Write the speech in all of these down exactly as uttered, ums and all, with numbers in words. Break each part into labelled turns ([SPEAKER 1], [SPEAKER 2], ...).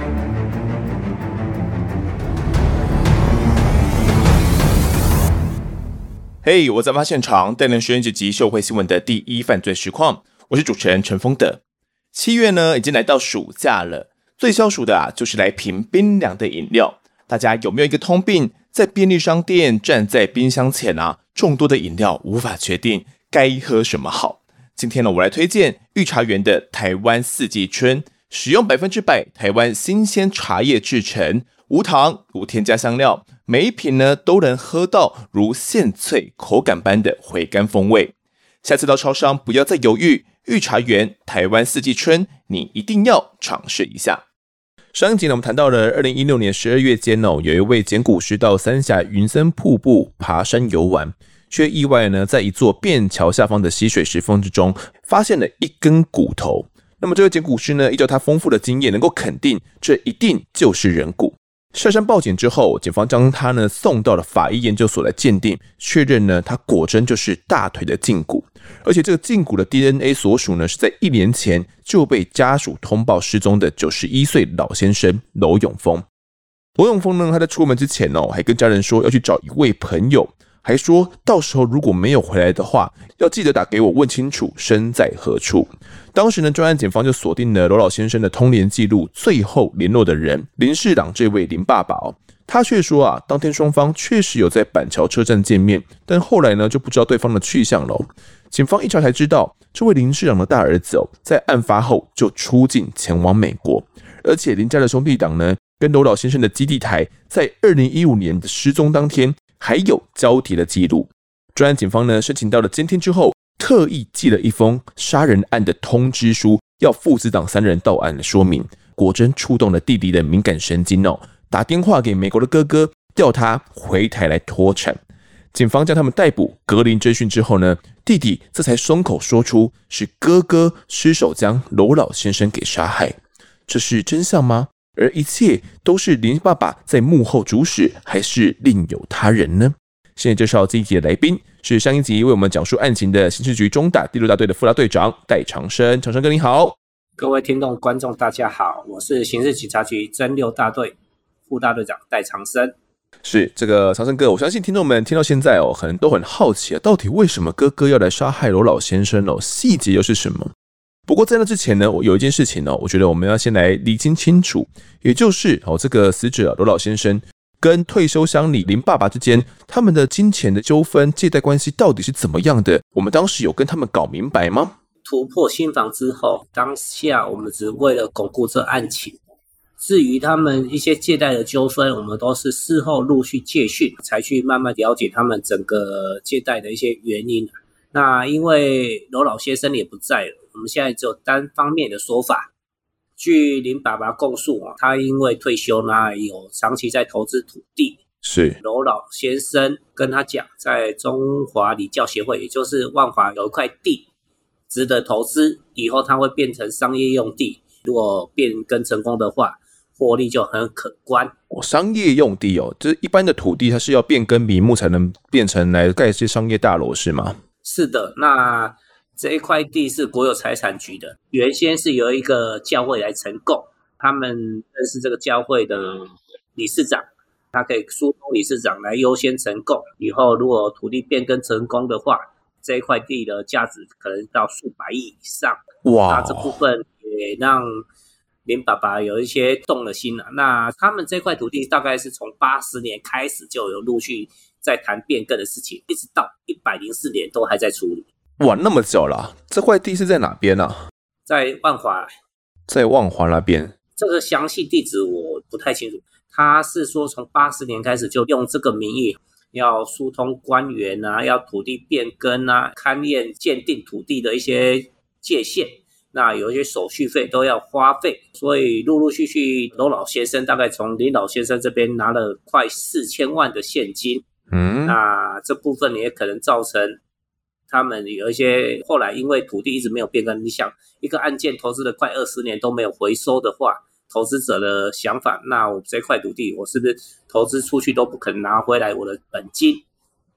[SPEAKER 1] 嘿、hey, 我在发现场带您实验这集社会新闻的第一犯罪实况，我是主持人陈丰德。七月呢，已经来到暑假了，最消暑的啊，就是来瓶冰凉的饮料。大家有没有一个通病，在便利商店站在冰箱前啊，众多的饮料无法决定该喝什么好？今天呢，我来推荐御茶园的台湾四季春，使用百分之百台湾新鲜茶叶制成，无糖无添加香料，每一瓶呢都能喝到如现萃口感般的回甘风味。下次到超商不要再犹豫，御茶园台湾四季春，你一定要尝试一下。上一集呢，我们谈到了二零一六年十二月间哦，有一位捡骨师到三峡云森瀑布爬山游玩，却意外呢在一座便桥下方的溪水石缝之中发现了一根骨头。那么这位捡骨师呢，依照他丰富的经验，能够肯定这一定就是人骨。下山报警之后，警方将他呢送到了法医研究所来鉴定，确认呢他果真就是大腿的胫骨，而且这个胫骨的 D N A 所属呢是在一年前就被家属通报失踪的九十一岁老先生娄永峰。娄永峰呢，他在出门之前哦，还跟家人说要去找一位朋友，还说到时候如果没有回来的话，要记得打给我问清楚身在何处。当时呢，专案检方就锁定了娄老先生的通联记录，最后联络的人林市长这位林爸爸哦，他却说啊，当天双方确实有在板桥车站见面，但后来呢就不知道对方的去向了。警方一查才知道，这位林市长的大儿子哦，在案发后就出境前往美国，而且林家的兄弟党呢，跟娄老先生的基地台在二零一五年的失踪当天还有交叠的记录。专案警方呢申请到了监听之后，特意寄了一封杀人案的通知书，要父子党三人到案的说明，果真触动了弟弟的敏感神经哦，打电话给美国的哥哥，调他回台来脱产。警方将他们逮捕，隔离侦讯之后呢，弟弟这才松口说出是哥哥失手将娄老先生给杀害。这是真相吗？而一切都是林爸爸在幕后主使，还是另有他人呢？现在介绍这一集的来宾是上一集为我们讲述案情的刑事局中打第六大队的副大队长戴长生。长生哥你好。
[SPEAKER 2] 各位听众观众大家好，我是刑事警察局侦六大队副大队长戴长生。
[SPEAKER 1] 是这个长生哥，我相信听众们听到现在哦，可能都很好奇啊，到底为什么哥哥要来杀害娄老先生哦？细节又是什么？不过在那之前呢，有一件事情呢，我觉得我们要先来厘清清楚，也就是哦，这个死者娄老先生跟退休乡里林爸爸之间，他们的金钱的纠纷、借贷关系到底是怎么样的？我们当时有跟他们搞明白吗？
[SPEAKER 2] 突破新房之后，当下我们只为了巩固这案情。至于他们一些借贷的纠纷，我们都是事后陆续借讯，才去慢慢了解他们整个借贷的一些原因。那因为娄老先生也不在了，我们现在只有单方面的说法。据林爸爸供述，他因为退休呢，有长期在投资土地。
[SPEAKER 1] 是
[SPEAKER 2] 娄老先生跟他讲，在中华礼教协会，也就是万华有一块地值得投资，以后它会变成商业用地，如果变更成功的话，获利就很可观。
[SPEAKER 1] 哦，商业用地哦，就是一般的土地，它是要变更名目才能变成来盖一些商业大楼，是吗？
[SPEAKER 2] 是的，那这一块地是国有财产局的，原先是由一个教会来承购，他们认识这个教会的理事长，他可以疏通理事长来优先承购，以后如果土地变更成功的话，这一块地的价值可能到数百亿以上。哇！那这部分也让林爸爸有一些动了心了。那他们这块土地大概是从八十年开始就有陆续在谈变更的事情，一直到一百零四年都还在处理。
[SPEAKER 1] 哇，那么久了，这块地是在哪边啊？
[SPEAKER 2] 在万华。
[SPEAKER 1] 在万华那边。
[SPEAKER 2] 这个详细地址我不太清楚，他是说从八十年开始就用这个名义，要疏通官员啊，要土地变更啊，勘验鉴定土地的一些界限，那有一些手续费都要花费，所以陆陆续续娄老先生大概从林老先生这边拿了快四千万的现金。嗯，那这部分也可能造成他们有一些后来因为土地一直没有变更，你想一个案件投资了快二十年都没有回收的话，投资者的想法，那我这块土地我是不是投资出去都不可能拿回来我的本金，不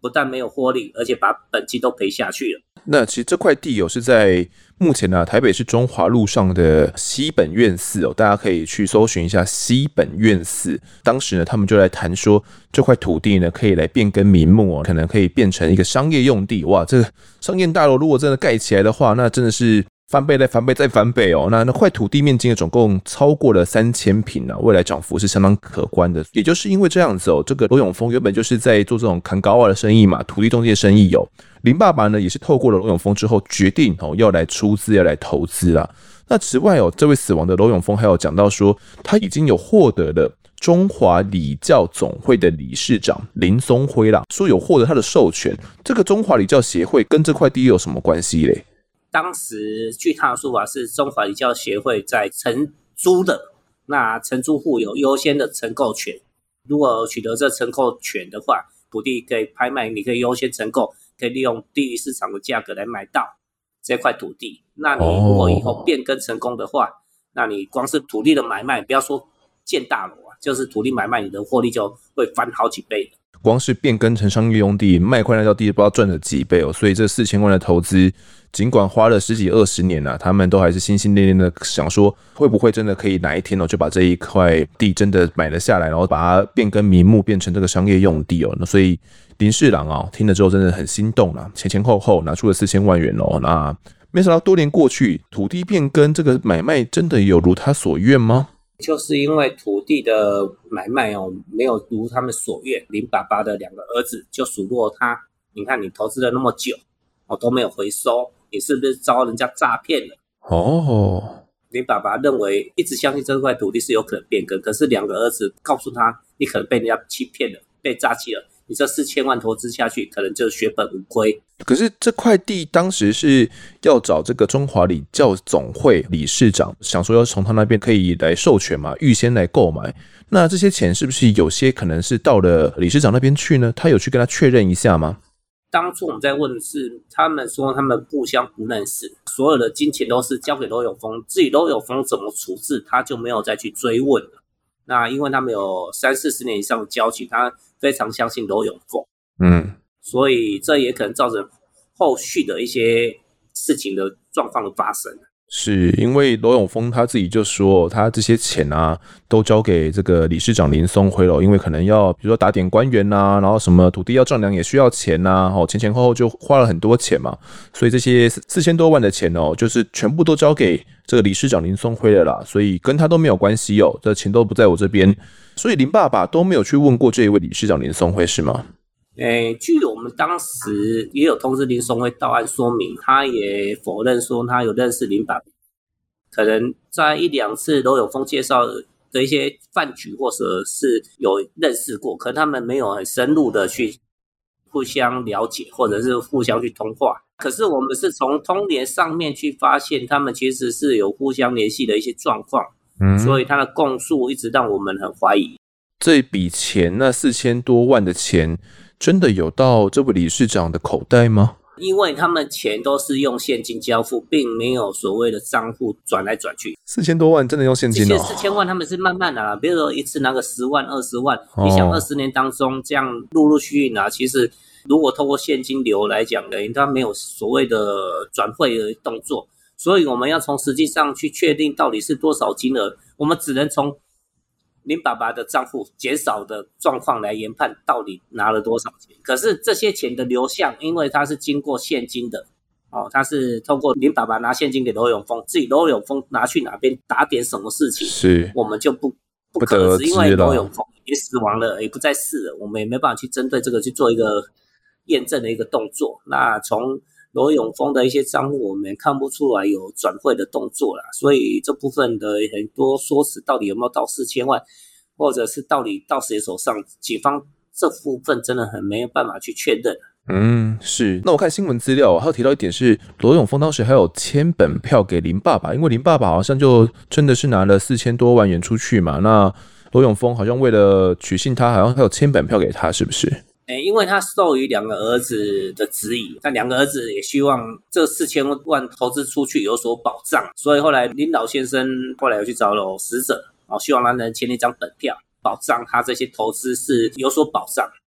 [SPEAKER 2] 不但没有获利，而且把本金都赔下去了。
[SPEAKER 1] 那其实这块地哦是在目前呢、啊、台北市中华路上的西本院寺哦，大家可以去搜寻一下西本院寺。当时呢，他们就来谈说这块土地呢可以来变更名目哦，可能可以变成一个商业用地。哇，这个商业大楼如果真的盖起来的话，那真的是翻倍再翻倍再翻倍哦。那那块土地面积总共超过了三千坪啊，未来涨幅是相当可观的。也就是因为这样子哦，这个罗永丰原本就是在做这种砍高啊的生意嘛，土地中介生意哦。林爸爸呢也是透过了罗永丰之后，决定哦要来出资，要来投资啦。那此外哦，这位死亡的罗永丰还有讲到说，他已经有获得了中华礼教总会的理事长林松辉啦，说有获得他的授权。这个中华礼教协会跟这块地有什么关系嘞？
[SPEAKER 2] 当时据他的说法是中华礼教协会在承租的，那承租户有优先的承购权。如果取得这承购权的话，土地可以拍卖，你可以优先承购，可以利用低于市场的价格来买到这块土地。那你如果以后变更成功的话， oh. 那你光是土地的买卖，不要说建大楼啊，就是土地买卖，你的获利就会翻好几倍的。
[SPEAKER 1] 光是变更成商业用地，卖块那条地不知道赚了几倍哦。所以这四千万的投资，尽管花了十几二十年啊，他们都还是心心念念的想说，会不会真的可以哪一天哦，就把这一块地真的买了下来，然后把它变更名目，变成这个商业用地哦。那所以林氏郎啊，听了之后真的很心动啦，前前后后拿出了四千万元哦。那没想到多年过去，土地变更这个买卖真的有如他所愿吗？
[SPEAKER 2] 就是因为土地的买卖哦，没有如他们所愿，林爸爸的两个儿子就数落他，你看你投资了那么久哦，都没有回收，你是不是遭人家诈骗了？哦，林爸爸认为一直相信这块土地是有可能变更，可是两个儿子告诉他，你可能被人家欺骗了，被诈欺了，你这四千万投资下去，可能就血本无归。
[SPEAKER 1] 可是这块地当时是要找这个中华礼教总会理事长，想说要从他那边可以来授权嘛，预先来购买。那这些钱是不是有些可能是到了理事长那边去呢？他有去跟他确认一下吗？
[SPEAKER 2] 当初我们在问的是，他们说他们互相不认识，所有的金钱都是交给罗永丰，至于罗永丰怎么处置，他就没有再去追问了。那因为他们有三四十年以上的交情，他非常相信罗永丰，嗯，所以这也可能造成后续的一些事情的状况的发生。
[SPEAKER 1] 是因为罗永丰他自己就说，他这些钱啊都交给这个理事长林松辉了，因为可能要比如说打点官员啊，然后什么土地要丈量也需要钱啊，哦，前前后后就花了很多钱嘛，所以这些四千多万的钱哦，就是全部都交给这个理事长林松辉了啦，所以跟他都没有关系哦，这钱都不在我这边，所以林爸爸都没有去问过这一位理事长林松辉是吗？
[SPEAKER 2] 诶，据我们当时也有通知林松辉到案说明，他也否认说他有认识林爸爸，可能在一两次罗永丰介绍的一些饭局或者是有认识过，可能他们没有很深入的去互相了解，或者是互相去通话。可是我们是从通联上面去发现，他们其实是有互相联系的一些状况，嗯，所以他的供述一直让我们很怀疑。
[SPEAKER 1] 这笔钱，那四千多万的钱，真的有到这位理事长的口袋吗？
[SPEAKER 2] 因为他们钱都是用现金交付，并没有所谓的账户转来转去。
[SPEAKER 1] 四千多万真的用现金哦？
[SPEAKER 2] 这些四千万他们是慢慢拿，比如说一次拿个十万、二十万，哦，你想二十年当中这样陆陆续续拿，其实如果透过现金流来讲呢，它没有所谓的转汇的动作，所以我们要从实际上去确定到底是多少金额，我们只能从林爸爸的账户减少的状况来研判到底拿了多少钱。可是这些钱的流向，因为它是经过现金的，哦，它是透过林爸爸拿现金给罗永丰，至于罗永丰拿去哪边打点什么事情，是我们就不不可知，因为罗永丰也死亡了，也不在世了，我们也没办法去针对这个去做一个验证的一个动作。那从罗永丰的一些账户我们看不出来有转汇的动作啦，所以这部分的很多说辞到底有没有到四千万，或者是到底到谁手上，警方这部分真的很没有办法去确认。
[SPEAKER 1] 嗯，是。那我看新闻资料，还有提到一点是，罗永丰当时还有签本票给林爸爸，因为林爸爸好像就真的是拿了四千多万元出去嘛。那罗永丰好像为了取信他，好像还有签本票给他，是不是？
[SPEAKER 2] 欸，因为他授予两个儿子的指引，但两个儿子也希望这四千万投资出去有所保障，所以后来林老先生后来有去找了死者，希望他能签一张本票，保障他这些投资是有所保障。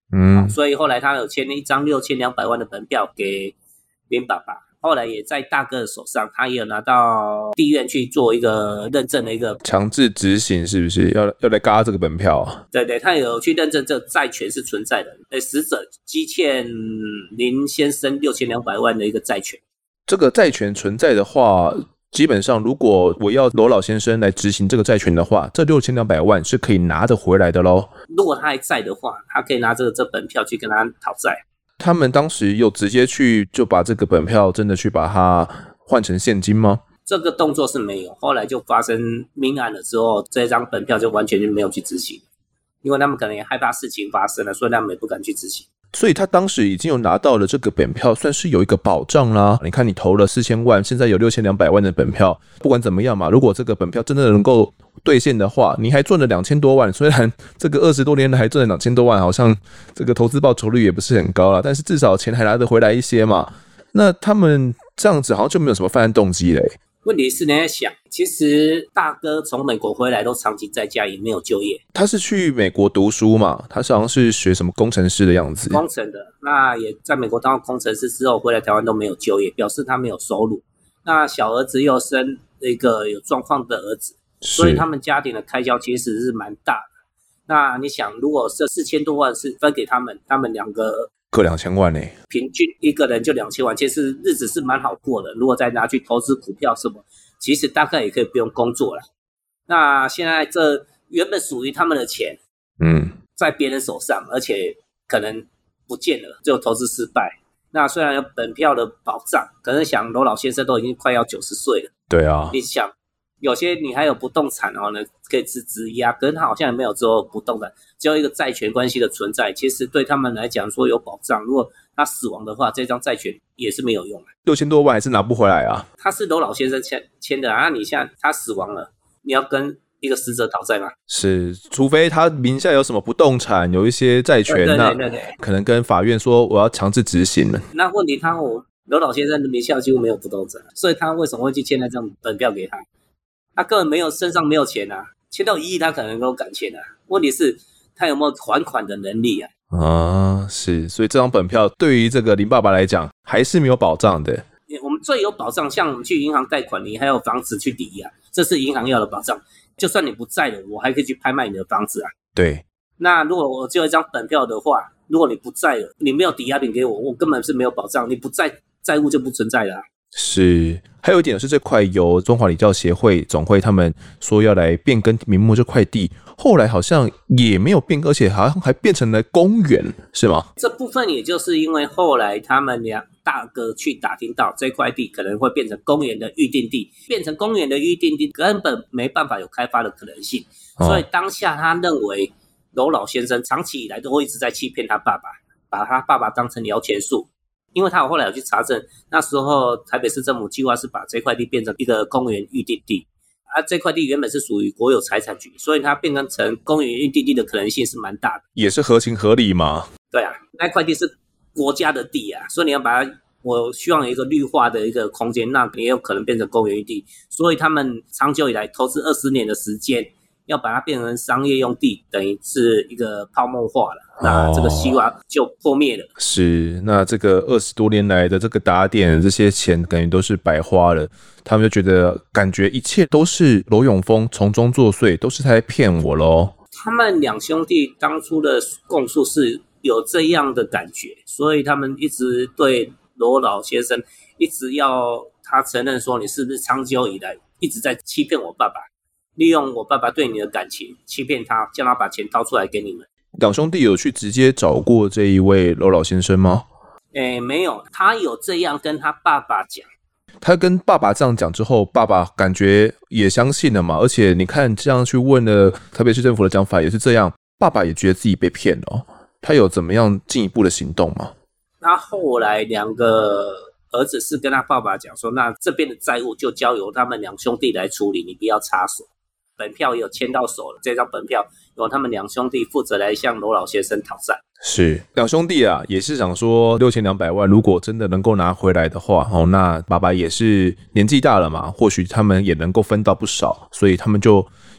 [SPEAKER 2] 嗯，所以后来他有签了一张六千两百万的本票给林爸爸，后来也在大哥的手上，他也有拿到地院去做一个认证的一个
[SPEAKER 3] 强制执行，是不是要要来嘎这个本票啊？
[SPEAKER 2] 对对，他有去认证这个债权是存在的，呃，死者积欠林先生六千两百万的一个债权。
[SPEAKER 3] 这个债权存在的话，基本上如果我要罗老先生来执行这个债权的话，这六千两百万是可以拿得回来的咯。
[SPEAKER 2] 如果他还在的话，他可以拿这个这本票去跟他讨债。
[SPEAKER 3] 他们当时有直接去就把这个本票真的去把它换成现金吗？
[SPEAKER 2] 这个动作是没有，后来就发生命案了之后，这张本票就完全就没有去执行，因为他们可能也害怕事情发生了，所以他们也不敢去执行。
[SPEAKER 3] 所以他当时已经有拿到了这个本票，算是有一个保障啦。你看你投了四千万，现在有六千两百万的本票，不管怎么样嘛，如果这个本票真的能够兑现的话，你还赚了两千多万。虽然这个二十多年来还赚了两千多万，好像这个投资报酬率也不是很高啦，但是至少钱还拿得回来一些嘛。那他们这样子好像就没有什么犯案动机嘞。
[SPEAKER 2] 问题是你在想，其实大哥从美国回来都长期在家，也没有就业。
[SPEAKER 3] 他是去美国读书嘛，他好像是学什么工程师的样子。
[SPEAKER 2] 工程的，那也在美国当工程师之后回来台湾都没有就业，表示他没有收入。那小儿子又生一个有状况的儿子，所以他们家庭的开销其实是蛮大的。那你想，如果这四千多万是分给他们，他们两个
[SPEAKER 3] 各两千万呢、欸，
[SPEAKER 2] 平均一个人就两千万，其实日子是蛮好过的。如果再拿去投资股票什么，其实大概也可以不用工作了。那现在这原本属于他们的钱，嗯，在别人手上，而且可能不见了，就投资失败。那虽然有本票的保障，可是想罗老先生都已经快要九十岁了，
[SPEAKER 3] 对啊，
[SPEAKER 2] 你想有些你还有不动产哦，呢可以是质押，可是他好像也没有只有不动产，只有一个债权关系的存在，其实对他们来讲说有保障。如果他死亡的话，这张债权也是没有用的，
[SPEAKER 3] 六千多万还是拿不回来啊。
[SPEAKER 2] 他是罗老先生签签的啊，那你现在他死亡了，你要跟一个死者讨债吗？
[SPEAKER 3] 是，除非他名下有什么不动产，有一些债权，
[SPEAKER 2] 对对对对，
[SPEAKER 3] 可能跟法院说我要强制执行了。
[SPEAKER 2] 那问题他我罗老先生的名下几乎没有不动产，所以他为什么会去签那张本票给他？他根本没有身上没有钱啊，签到一亿他可能都敢签啊。问题是他有没有还款的能力啊？
[SPEAKER 3] 啊，是，所以这张本票对于这个林爸爸来讲还是没有保障的。
[SPEAKER 2] 我们最有保障，像我们去银行贷款，你还有房子去抵押，这是银行要的保障。就算你不在了，我还可以去拍卖你的房子啊。
[SPEAKER 3] 对。
[SPEAKER 2] 那如果我只有一张本票的话，如果你不在了，你没有抵押品给我，我根本是没有保障。你不在，债务就不存在了啊。
[SPEAKER 3] 是，还有一点是这块由中华礼教协会总会他们说要来变更名目这块地，后来好像也没有变更，而且好像还变成了公园，是吗？
[SPEAKER 2] 这部分也就是因为后来他们俩大哥去打听到这块地可能会变成公园的预定地，变成公园的预定地根本没办法有开发的可能性，所以当下他认为罗老先生长期以来都会一直在欺骗他爸爸，把他爸爸当成摇钱树。因为他后来有去查证，那时候台北市政府计划是把这块地变成一个公园预定地，啊，这块地原本是属于国有财产局，所以它变更成公园预定地的可能性是蛮大的，
[SPEAKER 3] 也是合情合理嘛。
[SPEAKER 2] 对啊，那块地是国家的地啊，所以你要把它，我希望有一个绿化的一个空间，那也有可能变成公园预定，所以他们长久以来投资二十年的时间，要把它变成商业用地，等于是一个泡沫化了。那这个希望就破灭了。
[SPEAKER 3] 是，那这个二十多年来的这个打点，这些钱感觉都是白花了。他们就觉得，感觉一切都是罗永丰从中作祟，都是他在骗我咯。
[SPEAKER 2] 他们两兄弟当初的供述是有这样的感觉，所以他们一直对罗老先生一直要他承认说，你是不是长久以来一直在欺骗我爸爸，利用我爸爸对你的感情欺骗他，叫他把钱掏出来给你们。
[SPEAKER 3] 两兄弟有去直接找过这一位罗老先生吗？
[SPEAKER 2] 诶，没有，他有这样跟他爸爸讲。
[SPEAKER 3] 他跟爸爸这样讲之后，爸爸感觉也相信了嘛，而且你看这样去问了台北市政府的讲法也是这样，爸爸也觉得自己被骗了、哦。他有怎么样进一步的行动吗？
[SPEAKER 2] 那后来两个儿子是跟他爸爸讲说，那这边的债务就交由他们两兄弟来处理，你不要插手。本票也有签到手了，这张本票由他们两兄弟负责来向罗老先生讨债。
[SPEAKER 3] 是，两兄弟啊，也是想说六千两百万，如果真的能够拿回来的话，哦，那爸爸也是年纪大了嘛，或许他们也能够分到不少，所以他们就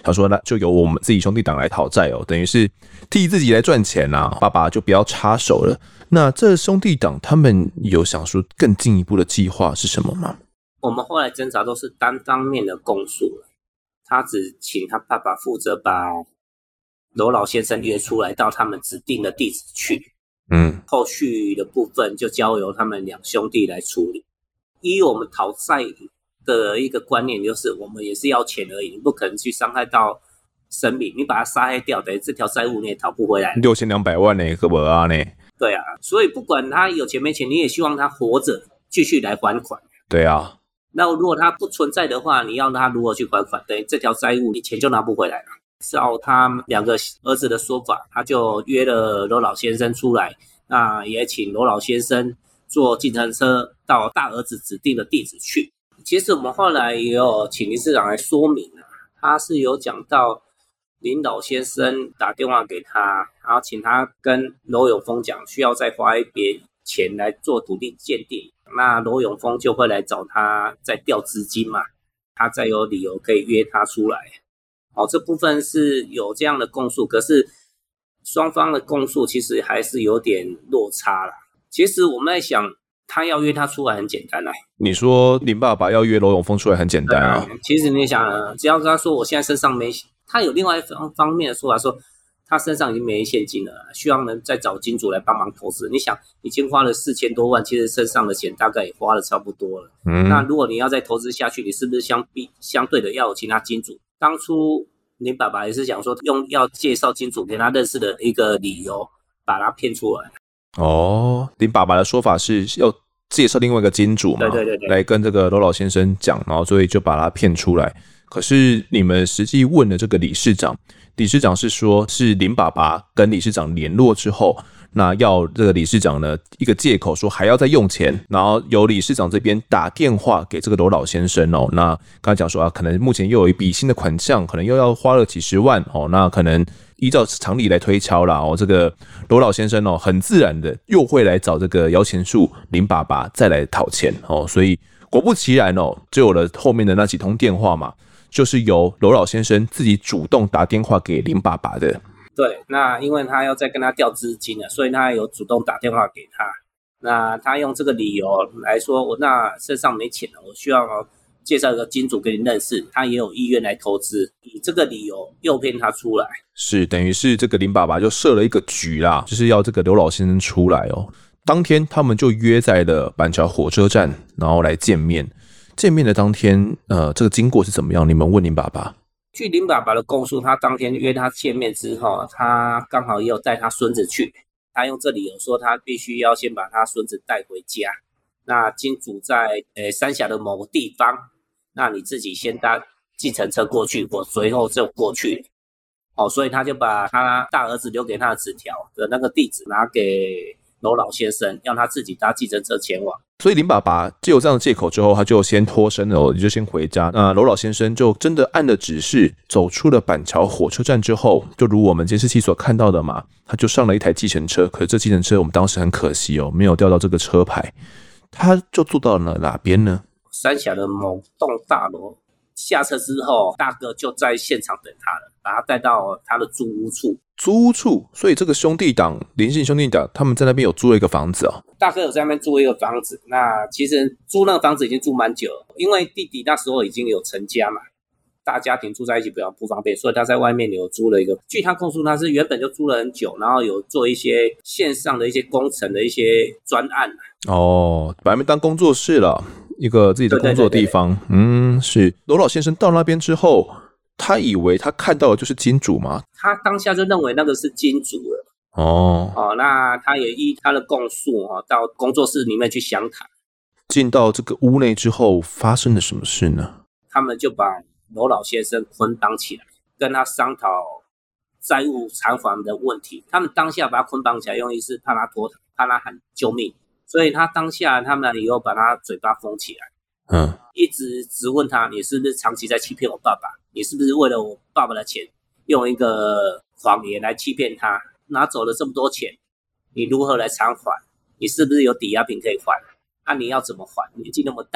[SPEAKER 3] 他说那就由我们自己兄弟党来讨债哦，等于是替自己来赚钱啊，爸爸就不要插手了。那这兄弟党他们有想说更进一步的计划是什么吗？
[SPEAKER 2] 我们后来侦查都是单方面的供述，他只请他爸爸负责把罗老先生约出来到他们指定的地址去，
[SPEAKER 3] 嗯，
[SPEAKER 2] 后续的部分就交由他们两兄弟来处理。依我们讨债的一个观念，就是我们也是要钱而已，你不可能去伤害到生命，你把他杀害掉，等于这条债务你也讨不回来。
[SPEAKER 3] 六千两百万呢，可不啊呢？
[SPEAKER 2] 对啊，所以不管他有钱没钱，你也希望他活着继续来还款。
[SPEAKER 3] 对啊，
[SPEAKER 2] 那如果他不存在的话，你要他如何去还款？等于这条债务你钱就拿不回来了。照他两个儿子的说法，他就约了罗老先生出来，那也请罗老先生坐计程车到大儿子指定的地址去。其实我们后来也有请林市长来说明啊，他是有讲到林老先生打电话给他，然后请他跟罗永峰讲，需要再花一笔钱来做土地鉴定，那罗永峰就会来找他再调资金嘛，他再有理由可以约他出来。好，这部分是有这样的供述，可是双方的供述其实还是有点落差啦。其实我们在想，他要约他出来很简单啦。
[SPEAKER 3] 你说林爸爸要约罗永峰出来很简单啊？
[SPEAKER 2] 其实你想，只要跟他说我现在身上没，他有另外一方面的说法说，他身上已经没现金了，需要能再找金主来帮忙投资。你想，已经花了四千多万，其实身上的钱大概也花了差不多了。嗯，那如果你要再投资下去，你是不是相比相对的要有其他金主？当初林爸爸也是讲说，用要介绍金主给他认识的一个理由，把他骗出来。
[SPEAKER 3] 哦，林爸爸的说法是要介绍另外一个金主嘛，
[SPEAKER 2] 对对对对，
[SPEAKER 3] 来跟这个罗老先生讲，然后所以就把他骗出来。可是你们实际问了这个理事长，理事长是说是林爸爸跟理事长联络之后，那要这个理事长呢一个借口说还要再用钱，然后由理事长这边打电话给这个罗老先生哦。那刚才讲说啊，可能目前又有一笔新的款项，可能又要花了几十万哦，那可能依照常理来推敲啦哦，这个罗老先生哦，很自然的又会来找这个摇钱树林爸爸再来讨钱哦，所以果不其然哦，就有了后面的那几通电话嘛，就是由罗老先生自己主动打电话给林爸爸的。
[SPEAKER 2] 对，那因为他要再跟他调资金了，所以他有主动打电话给他。那他用这个理由来说，我那身上没钱了，我需要介绍一个金主给你认识，他也有意愿来投资，以这个理由诱骗他出来。
[SPEAKER 3] 是，等于是这个林爸爸就设了一个局啦，就是要这个刘老先生出来哦。当天他们就约在了板桥火车站，然后来见面。见面的当天，呃，这个经过是怎么样？你们问林爸爸。
[SPEAKER 2] 据林爸爸的供述，他当天约他见面之后，他刚好也有带他孙子去，他用这理由说他必须要先把他孙子带回家。那金主在呃三峡的某个地方，那你自己先搭计程车过去，我随后就过去。哦，所以他就把他大儿子留给他的纸条的那个地址拿给罗老先生，让他自己搭计程车前往。
[SPEAKER 3] 所以林爸爸藉由这样的借口之后，他就先脱身了，也就先回家。那罗老先生就真的按了指示，走出了板桥火车站之后，就如我们监视器所看到的嘛，他就上了一台计程车。可是这计程车我们当时很可惜哦，没有调到这个车牌，他就坐到了哪边呢？
[SPEAKER 2] 三峡的某栋大楼。下车之后，大哥就在现场等他了，把他带到他的租屋处。
[SPEAKER 3] 租屋处，所以这个兄弟党，林姓兄弟党，他们在那边有租了一个房子哦。
[SPEAKER 2] 大哥有在那边租一个房子，那其实租那个房子已经住蛮久了，因为弟弟那时候已经有成家嘛，大家庭住在一起比较不方便，所以他在外面有租了一个。据他供述，他是原本就租了很久，然后有做一些线上的一些工程的一些专案。
[SPEAKER 3] 哦，把那边当工作室了。一个自己的工作的地方。对对对对对，嗯，是罗老先生到那边之后，他以为他看到的就是金主吗？
[SPEAKER 2] 他当下就认为那个是金主了。
[SPEAKER 3] 哦
[SPEAKER 2] 哦，那他也依他的供述哦，到工作室里面去详谈。
[SPEAKER 3] 进到这个屋内之后，发生了什么事呢？
[SPEAKER 2] 他们就把罗老先生捆绑起来，跟他商讨债务偿还的问题。他们当下把他捆绑起来，用意是怕他脱逃，怕他喊救命。所以他当下他们以后把他嘴巴封起来，
[SPEAKER 3] 嗯，
[SPEAKER 2] 一直质问他，你是不是长期在欺骗我爸爸？你是不是为了我爸爸的钱，用一个谎言来欺骗他，拿走了这么多钱，你如何来偿还？你是不是有抵押品可以还？那、啊、你要怎么还？年纪那么大了，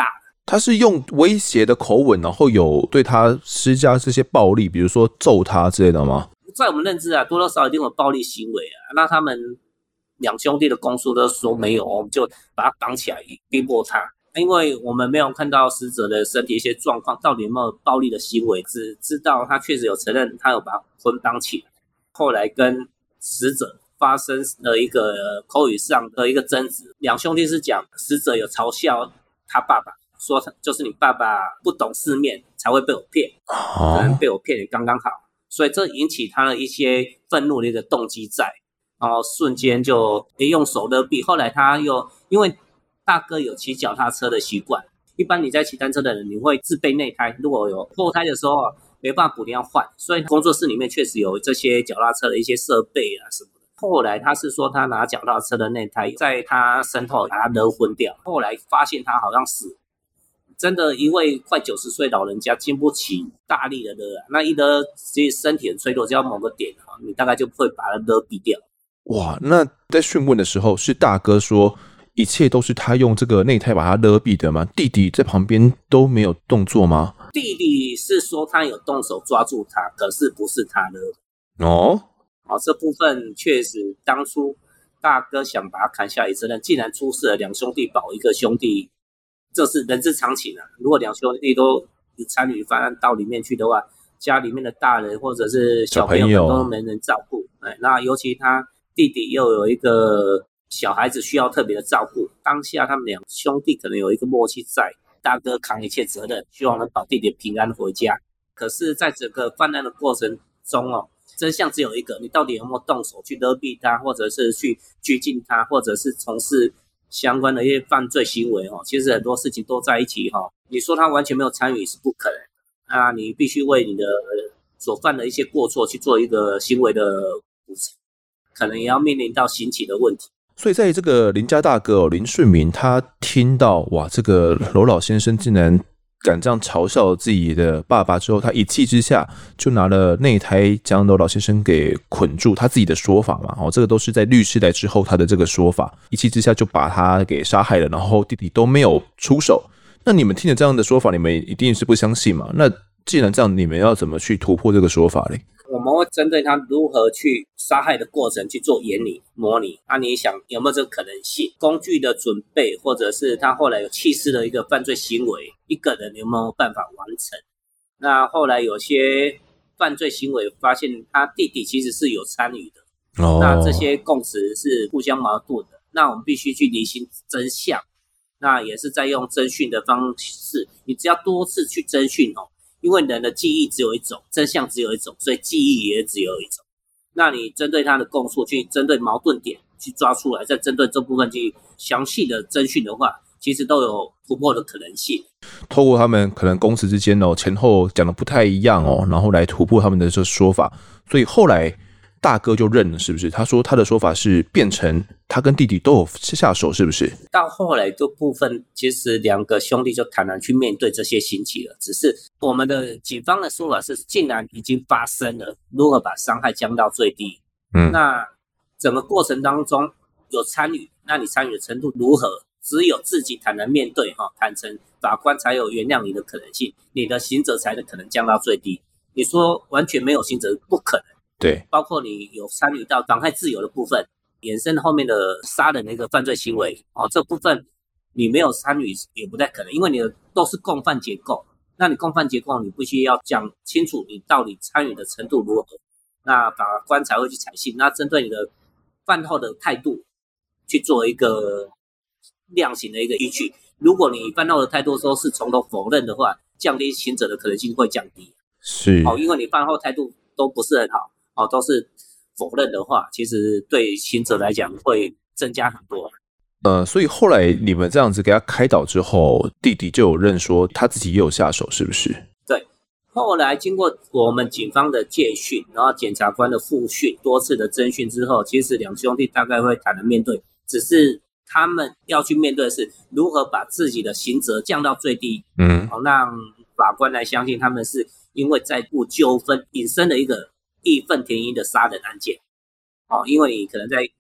[SPEAKER 3] 他是用威胁的口吻，然后有对他施加这些暴力，比如说揍他之类的吗？
[SPEAKER 2] 在我们认知啊，多多少少一定有暴力行为啊。那他们两兄弟的供述都说没有，我们就把他绑起来逼迫他，因为我们没有看到死者的身体一些状况，到底有没有暴力的行为，只知道他确实有承认他有把捆绑起来，后来跟死者发生了一个口语上的一个争执。两兄弟是讲死者有嘲笑他爸爸，说就是你爸爸不懂世面才会被我骗，可能被我骗也刚刚好，所以这引起他的一些愤怒的一个动机在，然后瞬间就用手勒毙。后来他又因为大哥有骑脚踏车的习惯，一般你在骑单车的人你会自备内胎，如果有破胎的时候没办法补，你要换，所以工作室里面确实有这些脚踏车的一些设备啊什么的。后来他是说他拿脚踏车的内胎在他身后把他勒昏掉，后来发现他好像死，真的一位快九十岁老人家经不起大力的勒、啊，那一勒其实身体很脆弱，只要某个点你大概就会把他勒毙掉。
[SPEAKER 3] 哇，那在讯问的时候是大哥说一切都是他用这个内胎把他勒毙的吗？弟弟在旁边都没有动作吗？
[SPEAKER 2] 弟弟是说他有动手抓住他，可是不是他勒的。
[SPEAKER 3] 哦，
[SPEAKER 2] 哦，这部分确实当初大哥想把他砍下来责任，既然出事了，两兄弟保一个兄弟，这是人之常情啊。如果两兄弟都参与犯案到里面去的话，家里面的大人或者是小朋友们都没人照顾，哎，那尤其他弟弟又有一个小孩子需要特别的照顾，当下他们两兄弟可能有一个默契在，大哥扛一切责任，希望能保弟弟平安回家。可是在整个犯案的过程中哦，真相只有一个，你到底有没有动手去勒毙他，或者是去拘禁他，或者是从事相关的一些犯罪行为哦，其实很多事情都在一起哈、哦。你说他完全没有参与是不可能啊，你必须为你的所犯的一些过错去做一个行为的补偿，可能也要面临到刑期的问题。
[SPEAKER 3] 所以在这个林家大哥、哦、林顺民，他听到哇，这个娄老先生竟然敢这样嘲笑自己的爸爸之后，他一气之下就拿了内胎将娄老先生给捆住，他自己的说法嘛，哦，这个都是在律师来之后他的这个说法，一气之下就把他给杀害了，然后弟弟都没有出手。那你们听了这样的说法，你们一定是不相信嘛？那既然这样，你们要怎么去突破这个说法嘞？
[SPEAKER 2] 我们会针对他如何去杀害的过程去做演拟模拟啊，你想有没有这个可能性，工具的准备，或者是他后来有弃尸的一个犯罪行为，一个人有没有办法完成。那后来有些犯罪行为发现他弟弟其实是有参与的、哦、那这些供词是互相矛盾的，那我们必须去厘清真相，那也是在用侦讯的方式，你只要多次去侦讯哦，因为人的记忆只有一种，真相只有一种，所以记忆也只有一种。那你针对他的供述去针对矛盾点去抓出来，再针对这部分去详细的侦讯的话，其实都有突破的可能性。
[SPEAKER 3] 透过他们可能供词之间哦前后讲的不太一样哦，然后来突破他们的这说法，所以后来大哥就认了，是不是？他说他的说法是变成他跟弟弟都有下手，是不是？
[SPEAKER 2] 到后来这部分，其实两个兄弟就坦然去面对这些刑期了。只是我们的警方的说法是，既然已经发生了，如何把伤害降到最低？嗯，那整个过程当中有参与，那你参与的程度如何？只有自己坦然面对，坦诚，法官才有原谅你的可能性，你的刑责才可能降到最低。你说完全没有刑责，不可能。
[SPEAKER 3] 对，
[SPEAKER 2] 包括你有参与到妨害自由的部分，衍生后面的杀人的一个犯罪行为，哦，这部分你没有参与也不太可能，因为你的都是共犯结构。那你共犯结构，你必须要讲清楚你到底参与的程度如何，那法官才会去采信。那针对你的犯后的态度去做一个量刑的一个依据。如果你犯后的态度都是从头否认的话，降低刑责的可能性会降低。
[SPEAKER 3] 是，
[SPEAKER 2] 哦，因为你犯后态度都不是很好。哦，都是否认的话，其实对刑责来讲会增加很多。
[SPEAKER 3] 呃，所以后来你们这样子给他开导之后，弟弟就有认说他自己也有下手，是不是？
[SPEAKER 2] 对，后来经过我们警方的戒讯，然后检察官的复讯，多次的侦讯之后，其实两兄弟大概会坦然面对，只是他们要去面对的是如何把自己的刑责降到最低，嗯，哦，让法官来相信他们是因为债务纠纷引申的一个义愤填膺的杀人案件，哦，因为你可能在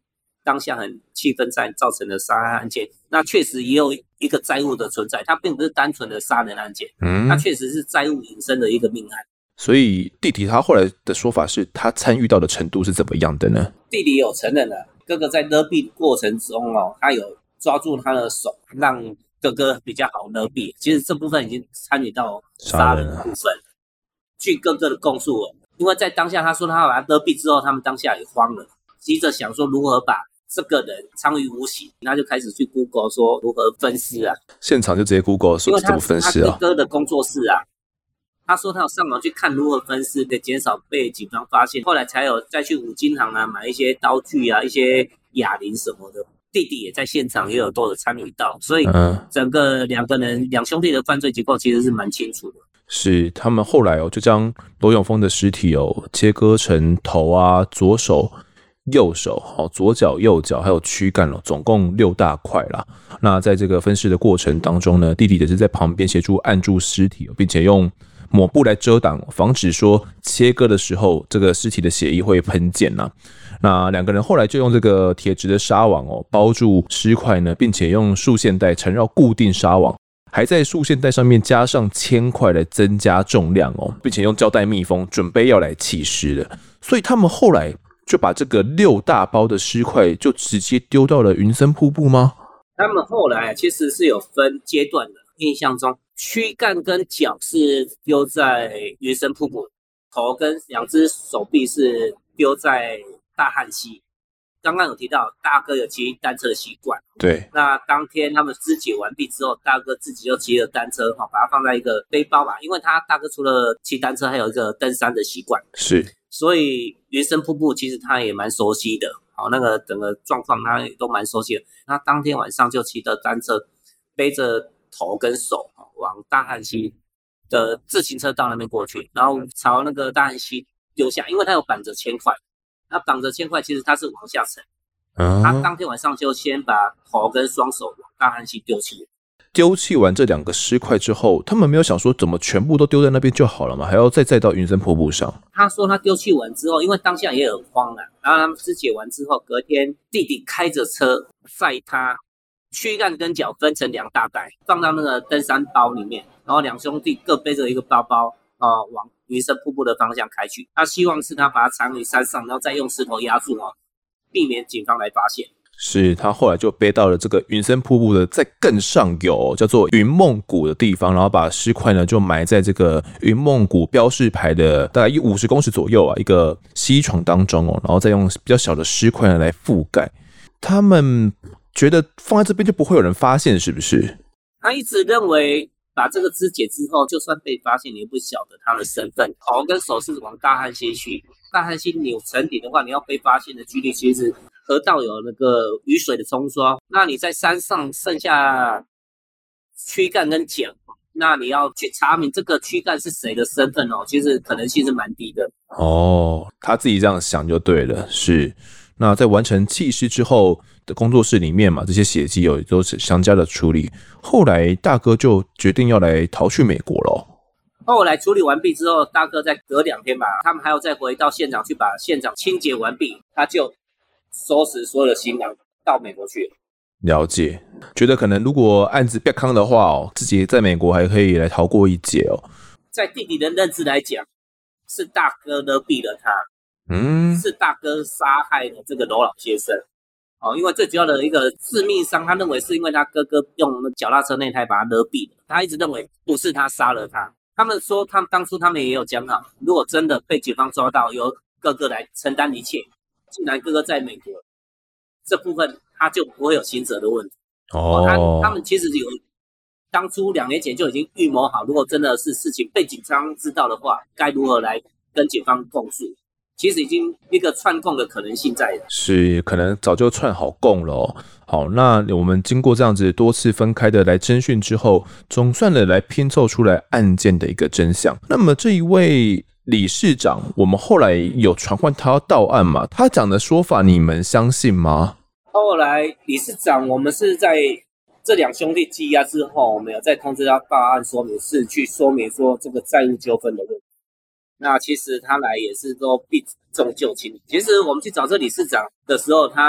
[SPEAKER 2] 当下很气氛战造成的杀害案件，那确实也有一个债务的存在，它并不是单纯的杀人案件，嗯，它确实是债务引申的一个命案。
[SPEAKER 3] 所以弟弟他后来的说法是他参与到的程度是怎么样的呢？
[SPEAKER 2] 弟弟有承认了，哥哥在勒毙过程中哦，他有抓住他的手，让哥哥比较好勒毙。其实这部分已经参与到杀人的部分。据哥哥的供述，因为在当下他说他把他勒毙之后，他们当下也慌了，急着想说如何把这个人藏于无形，他就开始去 Google 说如何分尸啊，
[SPEAKER 3] 现场就直接 Google 说怎么分尸啊。
[SPEAKER 2] 因为他哥哥的工作室啊，他说他有上网去看如何分尸，可以减少被警方发现，后来才有再去五金行啊买一些刀具啊，一些哑铃什么的。弟弟也在现场也有都有参与到，所以整个两个人两兄弟的犯罪结构其实是蛮清楚的。
[SPEAKER 3] 是他们后来哦，就将罗永丰的尸体哦切割成头啊、左手、右手、哦左脚、右脚，还有躯干哦，总共六大块啦。那在这个分尸的过程当中呢，弟弟也是在旁边协助按住尸体，并且用抹布来遮挡，防止说切割的时候这个尸体的血液会喷溅啦。那两个人后来就用这个铁质的纱网哦包住尸块呢，并且用束线带缠绕固定纱网，还在束线带上面加上铅块来增加重量哦，并且用胶带密封，准备要来弃尸的。所以他们后来就把这个六大包的尸块就直接丢到了云森瀑布吗？
[SPEAKER 2] 他们后来其实是有分阶段的，印象中躯干跟脚是丢在云森瀑布，头跟两只手臂是丢在大汉溪。刚刚有提到大哥有骑单车的习惯，
[SPEAKER 3] 对。
[SPEAKER 2] 那当天他们肢解完毕之后，大哥自己就骑了单车，把它放在一个背包吧，因为他大哥除了骑单车，还有一个登山的习惯，
[SPEAKER 3] 是。
[SPEAKER 2] 所以云森瀑布其实他也蛮熟悉的，好，那个整个状况他也都蛮熟悉的。他当天晚上就骑着单车，背着头跟手往大汉溪的自行车道那边过去，然后朝那个大汉溪丢下，因为他有绑着铅块。他绑着铅块，其实他是往下沉。嗯、他当天晚上就先把头跟双手往大汉溪丢弃。
[SPEAKER 3] 丢弃完这两个尸块之后，他们没有想说怎么全部都丢在那边就好了吗？还要再载到云森瀑布上？
[SPEAKER 2] 他说他丢弃完之后，因为当下也很慌了，然后他们肢解完之后，隔天弟弟开着车载他躯干跟脚分成两大袋，放到那个登山包里面，然后两兄弟各背着一个包包，呃，往云森瀑布的方向开去。他希望是他把它藏于山上，然后再用石头压住哦，避免警方来发现。
[SPEAKER 3] 是他后来就背到了这个云森瀑布的再更上游、哦、叫做云梦谷的地方，然后把尸块呢就埋在这个云梦谷标示牌的大概五十公尺左右啊一个溪床当中哦，然后再用比较小的尸块呢来覆盖。他们觉得放在这边就不会有人发现，是不是？
[SPEAKER 2] 他一直认为把这个肢解之后，就算被发现，你也不晓得他的身份。头跟手是往大汉溪去，大汉溪你有沉底的话，你要被发现的几率其实河道有那个雨水的冲刷，那你在山上剩下躯干跟脚，那你要去查明这个躯干是谁的身份哦，其实可能性是蛮低的。
[SPEAKER 3] 哦，他自己这样想就对了，是。那在完成弃尸之后的工作室里面嘛，这些血迹有都是详加的处理。后来大哥就决定要来逃去美国了。
[SPEAKER 2] 后来处理完毕之后，大哥再隔两天吧，他们还要再回到现场去把现场清洁完毕，他就收拾所有的行囊到美国去了。
[SPEAKER 3] 了解，觉得可能如果案子别康的话哦，自己在美国还可以来逃过一劫哦。
[SPEAKER 2] 在弟弟的认知来讲，是大哥勒毙了他。
[SPEAKER 3] 嗯，
[SPEAKER 2] 是大哥杀害了这个罗老先生，哦，因为最主要的一个致命伤，他认为是因为他哥哥用脚踏车那台把他勒毙了，他一直认为不是他杀了他。他们说，他们当初他们也有讲好，如果真的被警方抓到，由哥哥来承担一切。既然哥哥在美国，这部分他就不会有刑责的问题。哦，哦他他们其实有当初两年前就已经预谋好，如果真的是事情被警方知道的话，该如何来跟警方供述。其实已经一个串供的可能性在了，
[SPEAKER 3] 是可能早就串好供了哦。好，那我们经过这样子多次分开的来侦讯之后，总算的来拼凑出来案件的一个真相。那么这一位理事长，我们后来有传唤他要到案嘛？他讲的说法你们相信吗？
[SPEAKER 2] 后来理事长，我们是在这两兄弟羁押之后，我们有再通知他报案说明，是去说明说这个债务纠纷的问题。那其实他来也是都避重就轻。其实我们去找这理事长的时候，他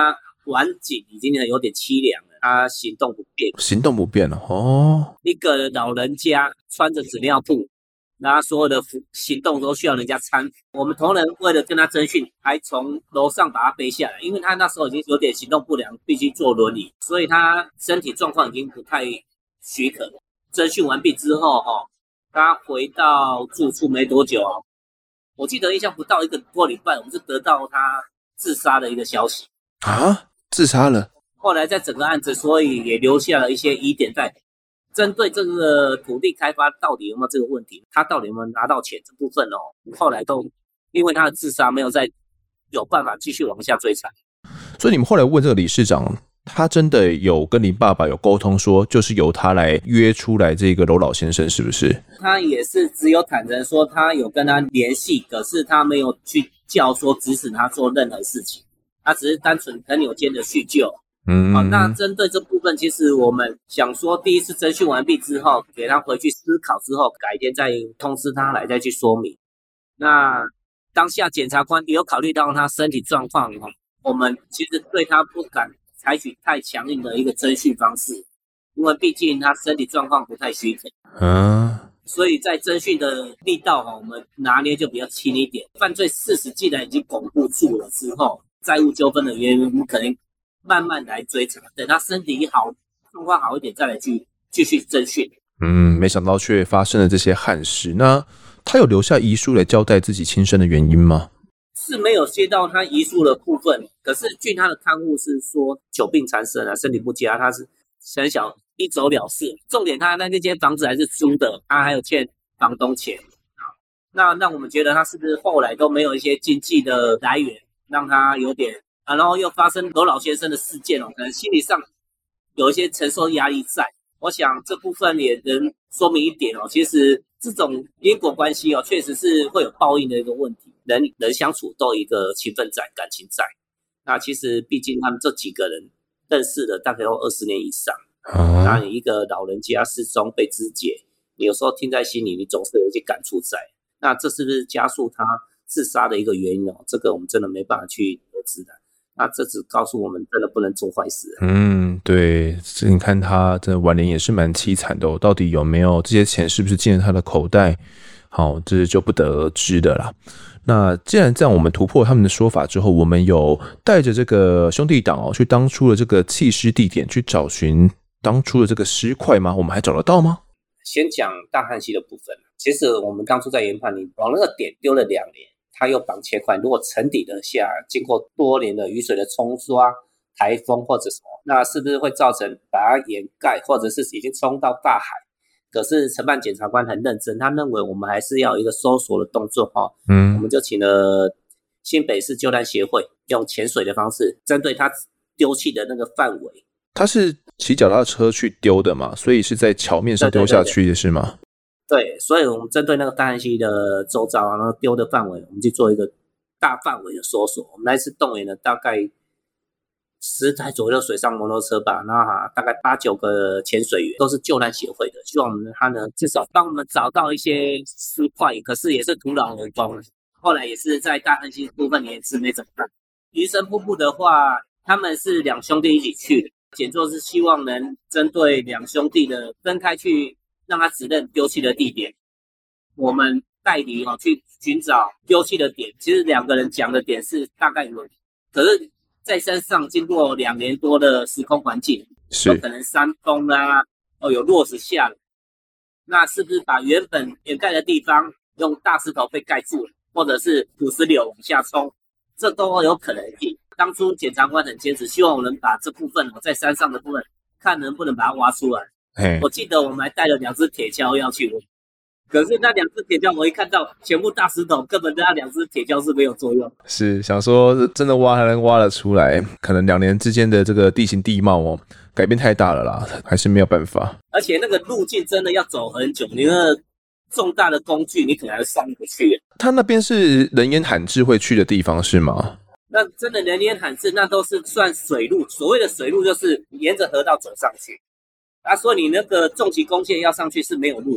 [SPEAKER 2] 晚景已经有点凄凉了，他行动不便，
[SPEAKER 3] 行动不便了哦。
[SPEAKER 2] 一个老人家穿着纸尿布，然后所有的行动都需要人家搀扶。我们同仁为了跟他侦讯，还从楼上把他背下来，因为他那时候已经有点行动不良，必须坐轮椅，所以他身体状况已经不太许可。侦讯完毕之后，哦，他回到住处没多久，我记得印象不到一个多礼拜，我们就得到他自杀的一个消息
[SPEAKER 3] 啊，自杀了。
[SPEAKER 2] 后来在整个案子，所以也留下了一些疑点在。针对这个土地开发到底有没有这个问题，他到底有没有拿到钱这部分哦，后来都因为他的自杀没有再有办法继续往下追查。
[SPEAKER 3] 所以你们后来问这个理事长，他真的有跟你爸爸有沟通说，就是由他来约出来这个娄老先生，是不是？
[SPEAKER 2] 他也是只有坦诚说他有跟他联系，可是他没有去叫说指使他做任何事情，他只是单纯朋友间的叙旧。嗯，好，那针对这部分，其实我们想说，第一次侦讯完毕之后，给他回去思考之后，改天再通知他来再去说明。那当下检察官也有考虑到他身体状况，我们其实对他不敢采取太强硬的一个侦讯方式，因为毕竟他身体状况不太许可。嗯，所以在侦讯的力道，我们拿捏就比较轻一点。犯罪事实既然已经巩固住了之后，债务纠纷的原因，我们可能慢慢来追查，等他身体好、状况好一点，再来去继续侦讯。
[SPEAKER 3] 嗯，没想到却发生了这些憾事。那他有留下遗书来交代自己轻生的原因吗？
[SPEAKER 2] 是没有写到他遗书的部分，可是据他的刊物是说久病缠身啊，身体不佳，他是很想一走了事。重点他那间房子还是租的，他还有欠房东钱。那让我们觉得他是不是后来都没有一些经济的来源，让他有点。啊、然后又发生娄老先生的事件哦，可能心理上有一些承受压力在。我想这部分也能说明一点哦，其实这种因果关系哦，确实是会有报应的一个问题。人人相处都有一个情分在，感情在。那其实毕竟他们这几个人认识了大概有二十年以上，嗯、那你一个老人家失踪被肢解，你有时候听在心里，你总是有一些感触在。那这是不是加速他自杀的一个原因哦？这个我们真的没办法去得知的。那这只告诉我们真的不能做坏事。
[SPEAKER 3] 嗯，对，你看他的晚年也是蛮凄惨的哦，到底有没有这些钱是不是进了他的口袋，好，这就不得而知的啦。那既然这样，我们突破他们的说法之后，我们有带着这个兄弟党哦，去当初的这个弃尸地点去找寻当初的这个尸块吗？我们还找得到吗？
[SPEAKER 2] 先讲大汉溪的部分，其实我们当初在研判，你往那个点丢了两年，它又绑切块，如果沉底的下，经过多年的雨水的冲刷、台风或者什么，那是不是会造成把它掩盖，或者是已经冲到大海？可是承办检察官很认真，他认为我们还是要有一个搜索的动作哈，嗯，我们就请了新北市救难协会，用潜水的方式，针对他丢弃的那个范围。
[SPEAKER 3] 他是骑脚踏车去丢的嘛，所以是在桥面上丢下去的是吗？
[SPEAKER 2] 对， 对， 对， 对，所以我们针对那个大汉溪的周遭啊，然后丢的范围，我们去做一个大范围的搜索。我们那次动员了大概十台左右的水上摩托车吧，然后大概八九个潜水员，都是救难协会的，希望我们他呢至少帮我们找到一些尸块，可是也是徒劳无功。后来也是在大汉溪部分也是没怎么办。鱼神瀑布的话，他们是两兄弟一起去的，简作是希望能针对两兄弟的分开去，让他指认丢弃的地点。我们代理哦去寻找丢弃的点，其实两个人讲的点是大概有，可是在山上经过两年多的时空环境，有可能山崩啊，哦有落石下了，那是不是把原本掩盖的地方用大石头被盖住了，或者是土石流往下冲，这都有可能性。当初检察官很坚持，希望我们把这部分在山上的部分看能不能把它挖出来。我记得我们还带了两只铁锹要去，可是那两只铁锹我一看到全部大石头，根本那两只铁锹是没有作用。
[SPEAKER 3] 是想说真的挖还能挖得出来，可能两年之间的这个地形地貌哦改变太大了啦，还是没有办法。
[SPEAKER 2] 而且那个路径真的要走很久，你那个重大的工具你可能还上不去。
[SPEAKER 3] 他那边是人烟罕至会去的地方是吗？
[SPEAKER 2] 那真的人烟罕至，那都是算水路。所谓的水路就是沿着河道走上去，啊，所以你那个重级工线要上去是没有路的。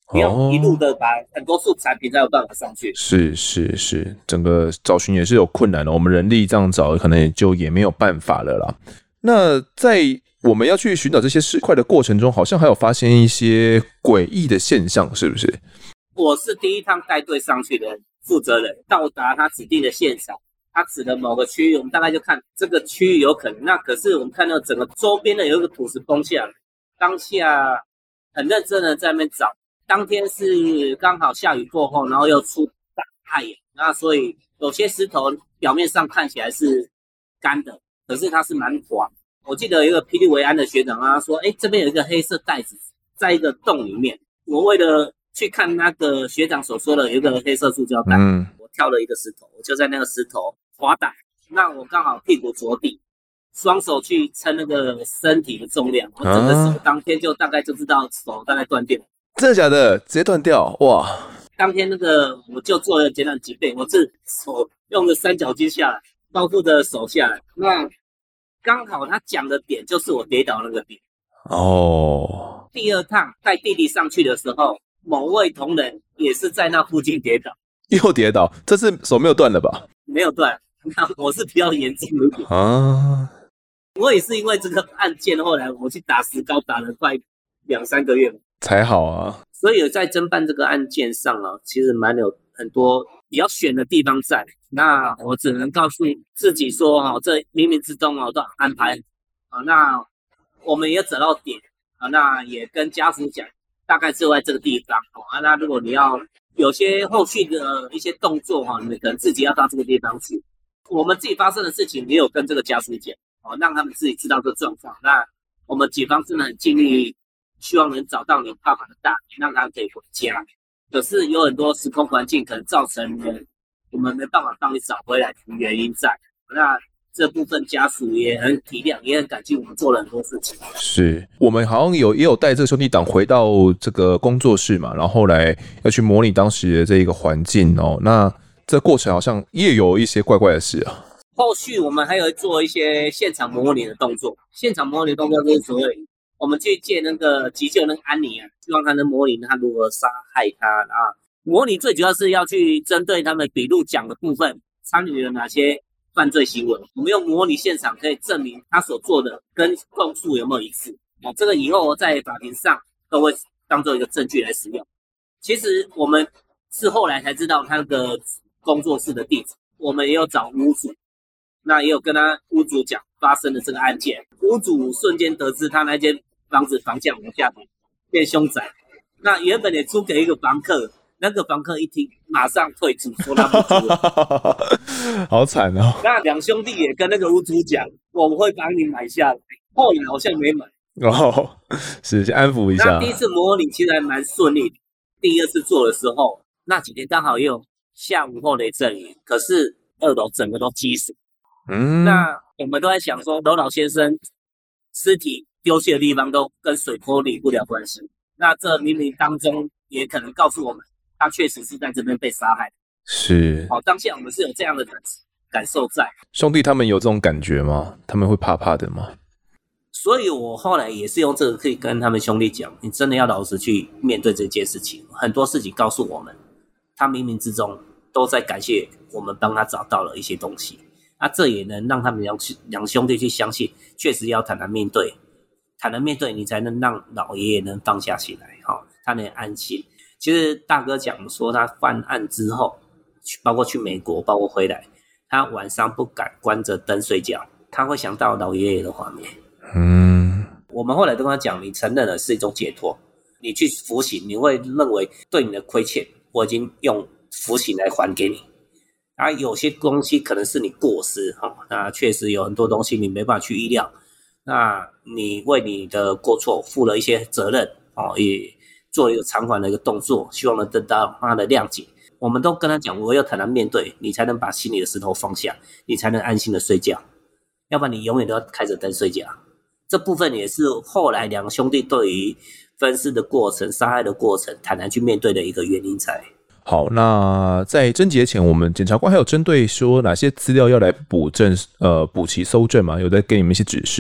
[SPEAKER 2] 你要一路的把很多素材才有办法上去。
[SPEAKER 3] 是是是，整个找寻也是有困难的，我们人力这样找，可能也就也没有办法了啦。那在我们要去寻找这些尸块的过程中，好像还有发现一些诡异的现象，是不是？
[SPEAKER 2] 我是第一趟带队上去的负责人，到达他指定的现场，他指的某个区域，我们大概就看这个区域有可能。那可是我们看到整个周边的有一个土石崩下来，当下很认真的在那边找。当天是刚好下雨过后，然后又出大太阳，那所以有些石头表面上看起来是干的，可是它是蛮滑。我记得有一个霹雳维安的学长他说，哎，这边有一个黑色袋子在一个洞里面。我为了去看那个学长所说的有一个黑色塑胶袋，嗯，我跳了一个石头，我就在那个石头滑倒，那我刚好屁股着地，双手去撑那个身体的重量，我整个手当天就大概就知道手大概断掉。
[SPEAKER 3] 真的假的？直接断掉？哇！
[SPEAKER 2] 当天那个我就做了简单几倍，我是手用了三角巾下来，包覆着手下来。那刚好他讲的点就是我跌倒那个点。哦。第二趟带弟弟上去的时候，某位同仁也是在那附近跌倒，
[SPEAKER 3] 又跌倒，这次手没有断了吧？
[SPEAKER 2] 没有断，那我是比较严重一点啊。我也是因为这个案件，后来我去打石膏，打了快两三个月
[SPEAKER 3] 才好啊。
[SPEAKER 2] 所以在侦办这个案件上啊，其实蛮有很多比较选的地方在。那我只能告诉自己说，哈，这冥冥之中啊都安排啊。那我们也找到点啊，那也跟家属讲，大概就在这个地方啊。那如果你要有些后续的一些动作哈，你可能自己要到这个地方去。我们自己发生的事情也有跟这个家属讲，哦，让他们自己知道这个状况。那我们警方真的很尽力。希望能找到你爸爸的大名，让他可以回家。可是有很多时空环境可能造成了我们没办法帮你找回来的原因在。那这部分家属也很体谅，也很感激我们做了很多事情。
[SPEAKER 3] 是我们好像有也有带这个兄弟党回到这个工作室嘛，然后后来要去模拟当时的这一个环境哦。那这过程好像也有一些怪怪的事啊。
[SPEAKER 2] 后续我们还有做一些现场模拟的动作，现场模拟的动作就是所谓。我们去借那个急救那个安妮啊，希望他能模拟他如何杀害他啊。模拟最主要是要去针对他们笔录讲的部分参与了哪些犯罪行为，我们用模拟现场可以证明他所做的跟供述有没有一致啊。这个以后在法庭上都会当做一个证据来使用。其实我们是后来才知道他那个工作室的地址，我们也有找屋主，那也有跟他屋主讲发生的这个案件，屋主瞬间得知他那间房子房价往下变凶宅，那原本也租给一个房客，那个房客一听马上退出，说他不租了。
[SPEAKER 3] 好惨哦。
[SPEAKER 2] 那两兄弟也跟那个屋主讲，我会帮你买下来，后来好像没买。
[SPEAKER 3] 哦，是先安抚一下。
[SPEAKER 2] 那第一次模拟其实还蛮顺利的，第二次做的时候，那几天刚好也有下午后雷阵雨，可是二楼整个都积水。嗯，那我们都在想说，娄老先生尸体丢弃的地方都跟水沟离不了关系。那这冥冥当中也可能告诉我们，他确实是在这边被杀害。
[SPEAKER 3] 是，
[SPEAKER 2] 好，当下我们是有这样的感感受在。
[SPEAKER 3] 兄弟他们有这种感觉吗？他们会怕怕的吗？
[SPEAKER 2] 所以我后来也是用这个可以跟他们兄弟讲，你真的要老实去面对这件事情。很多事情告诉我们，他冥冥之中都在感谢我们帮他找到了一些东西。那、啊、这也能让他们两两兄弟去相信，确实要坦然面对，坦然面对，你才能让老爷爷能放下心来，哈，他能安心。其实大哥讲说，他犯案之后，包括去美国，包括回来，他晚上不敢关着灯睡觉，他会想到老爷爷的画面。嗯，我们后来都跟他讲，你承认了是一种解脱，你去服刑，你会认为对你的亏欠，我已经用服刑来还给你。啊，有些东西可能是你过失哈，那确实有很多东西你没办法去预料，那你为你的过错负了一些责任哦，也做了一个偿还的一个动作，希望能得到他的谅解。我们都跟他讲，我要坦然面对，你才能把心里的石头放下，你才能安心的睡觉，要不然你永远都要开着灯睡觉。这部分也是后来两个兄弟对于分尸的过程、杀害的过程坦然去面对的一个原因在。
[SPEAKER 3] 好，那在侦结前，我们检察官还有针对说哪些资料要来补证，呃，补齐搜证吗？有在给你们一些指示？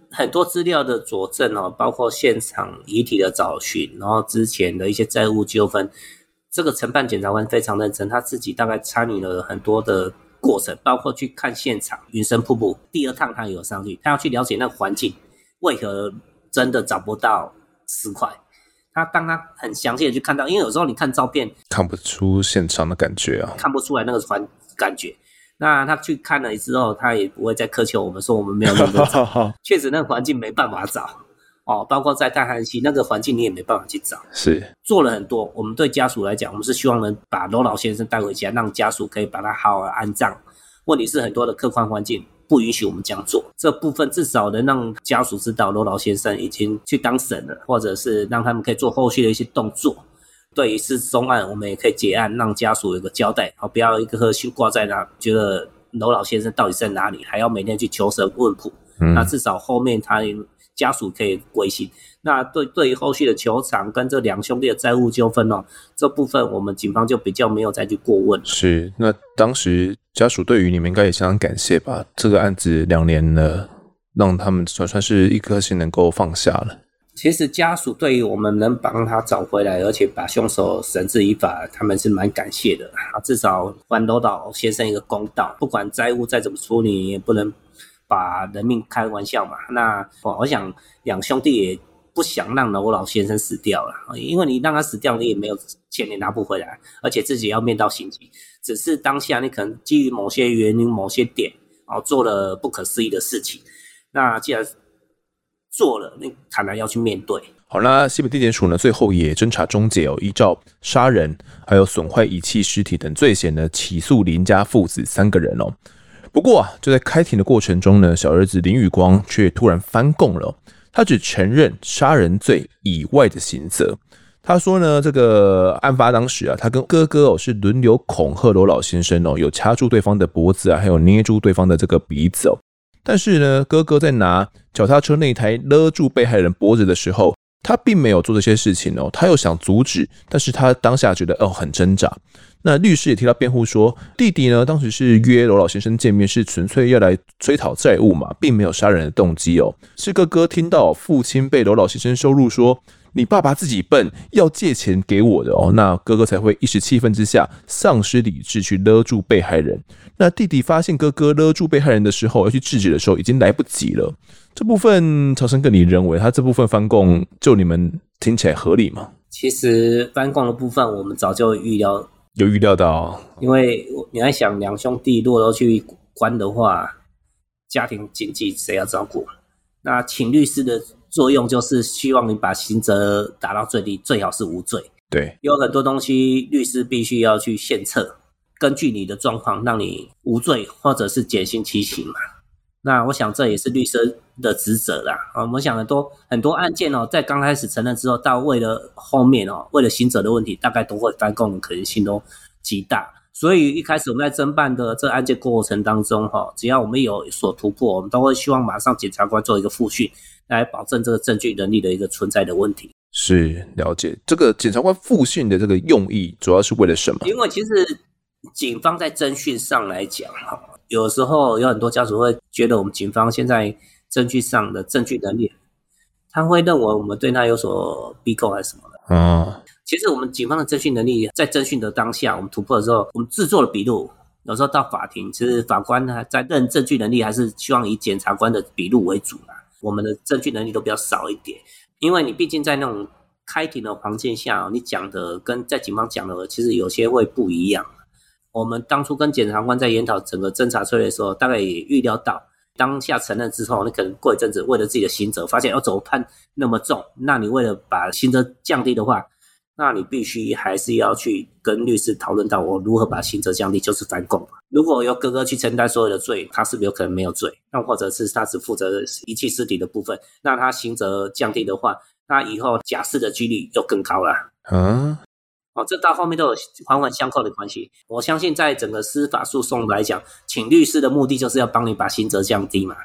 [SPEAKER 2] 很多资料的佐证哦，包括现场遗体的找寻，然后之前的一些债务纠纷，这个承办检察官非常认真，他自己大概参与了很多的过程，包括去看现场云深瀑布，第二趟他也有上去，他要去了解那个环境为何真的找不到尸块。他当他很详细的去看到，因为有时候你看照片
[SPEAKER 3] 看不出现场的感觉啊，
[SPEAKER 2] 看不出来那个环感觉。那他去看了之后，他也不会再苛求我们说我们没有认真找，确实那个环境没办法找哦，包括在大汉溪那个环境你也没办法去找。
[SPEAKER 3] 是
[SPEAKER 2] 做了很多，我们对家属来讲，我们是希望能把罗老先生带回家，让家属可以把他好好安葬。问题是很多的客观环境不允许我们这样做，这部分至少能让家属知道罗老先生已经去当审了，或者是让他们可以做后续的一些动作。对于失踪案，我们也可以结案，让家属有个交代，不要一个颗心挂在那，觉得罗老先生到底在哪里，还要每天去求神问卜。嗯、那至少后面他家属可以归心。那对对于后续的求偿跟这两兄弟的债务纠纷哦，这部分我们警方就比较没有再去过问。
[SPEAKER 3] 是，那当时家属对于你们应该也相当感谢吧？这个案子两年了，让他们算算是一颗心能够放下了。
[SPEAKER 2] 其实家属对于我们能帮他找回来，而且把凶手绳之以法，他们是蛮感谢的。至少还罗老先生一个公道，不管债务再怎么处理，也不能把人命开玩笑嘛。那我想两兄弟也不想让罗老先生死掉了，因为你让他死掉，你也没有钱，你拿不回来，而且自己要面到刑期。只是当下你可能基于某些原因、某些点，哦，做了不可思议的事情。那既然做了，你坦然要去面对。
[SPEAKER 3] 好，那西北地检署呢，最后也侦查终结哦，依照杀人还有损坏遗弃尸体等罪嫌呢，起诉林家父子三个人哦。不过啊，就在开庭的过程中呢，小儿子林宇光却突然翻供了、哦，他只承认杀人罪以外的刑责。他说呢，这个案发当时啊，他跟哥哥哦是轮流恐吓罗老先生哦，有掐住对方的脖子啊，还有捏住对方的这个鼻子哦。但是呢，哥哥在拿脚踏车那台勒住被害人脖子的时候，他并没有做这些事情哦，他又想阻止，但是他当下觉得哦很挣扎。那律师也替他辩护说，弟弟呢当时是约罗老先生见面，是纯粹要来追讨债务嘛，并没有杀人的动机哦。是哥哥听到父亲被罗老先生羞辱说，你爸爸自己笨，要借钱给我的哦，那哥哥才会一时气愤之下丧失理智去勒住被害人。那弟弟发现哥哥勒住被害人的时候，要去制止的时候，已经来不及了。这部分曹生哥，你认为他这部分翻供，就你们听起来合理吗？
[SPEAKER 2] 其实翻供的部分，我们早就预料，
[SPEAKER 3] 有预料到，
[SPEAKER 2] 因为你在想，两兄弟如果都去关的话，家庭经济谁要照顾？那请律师的作用就是希望你把刑责打到最低，最好是无罪。
[SPEAKER 3] 对，
[SPEAKER 2] 有很多东西律师必须要去献策，根据你的状况让你无罪或者是减轻其刑嘛。那我想这也是律师的职责啦。我们想很多很多案件哦，在刚开始承认之后，到为了后面哦，为了刑责的问题，大概都会翻供的可能性都极大。所以一开始我们在侦办的这案件过程当中，只要我们有所突破，我们都会希望马上检察官做一个复讯，来保证这个证据能力的一个存在的问题。
[SPEAKER 3] 是，了解。这个检察官复讯的这个用意主要是为了什么？
[SPEAKER 2] 因为其实警方在侦讯上来讲，有时候有很多家属会觉得我们警方现在证据上的证据能力，他会认为我们对他有所逼供还是什么的。
[SPEAKER 3] 嗯，
[SPEAKER 2] 其实我们警方的侦讯能力，在侦讯的当下，我们突破的时候，我们制作了笔录，有时候到法庭，其实法官在认证据能力，还是希望以检察官的笔录为主啦。我们的证据能力都比较少一点，因为你毕竟在那种开庭的环境下，你讲的跟在警方讲的，其实有些会不一样。我们当初跟检察官在研讨整个侦查策略的时候，大概也预料到，当下承认之后，你可能过一阵子为了自己的刑责，发现要怎么判那么重，那你为了把刑责降低的话，那你必须还是要去跟律师讨论到我如何把刑责降低，就是翻供。如果由哥哥去承担所有的罪，他是不是有可能没有罪？那或者是他只负责遗弃尸体的部分，那他刑责降低的话，那以后假释的几率就更高了。
[SPEAKER 3] 嗯，
[SPEAKER 2] 哦，这到后面都有环环相扣的关系。我相信在整个司法诉讼来讲，请律师的目的就是要帮你把刑责降低嘛。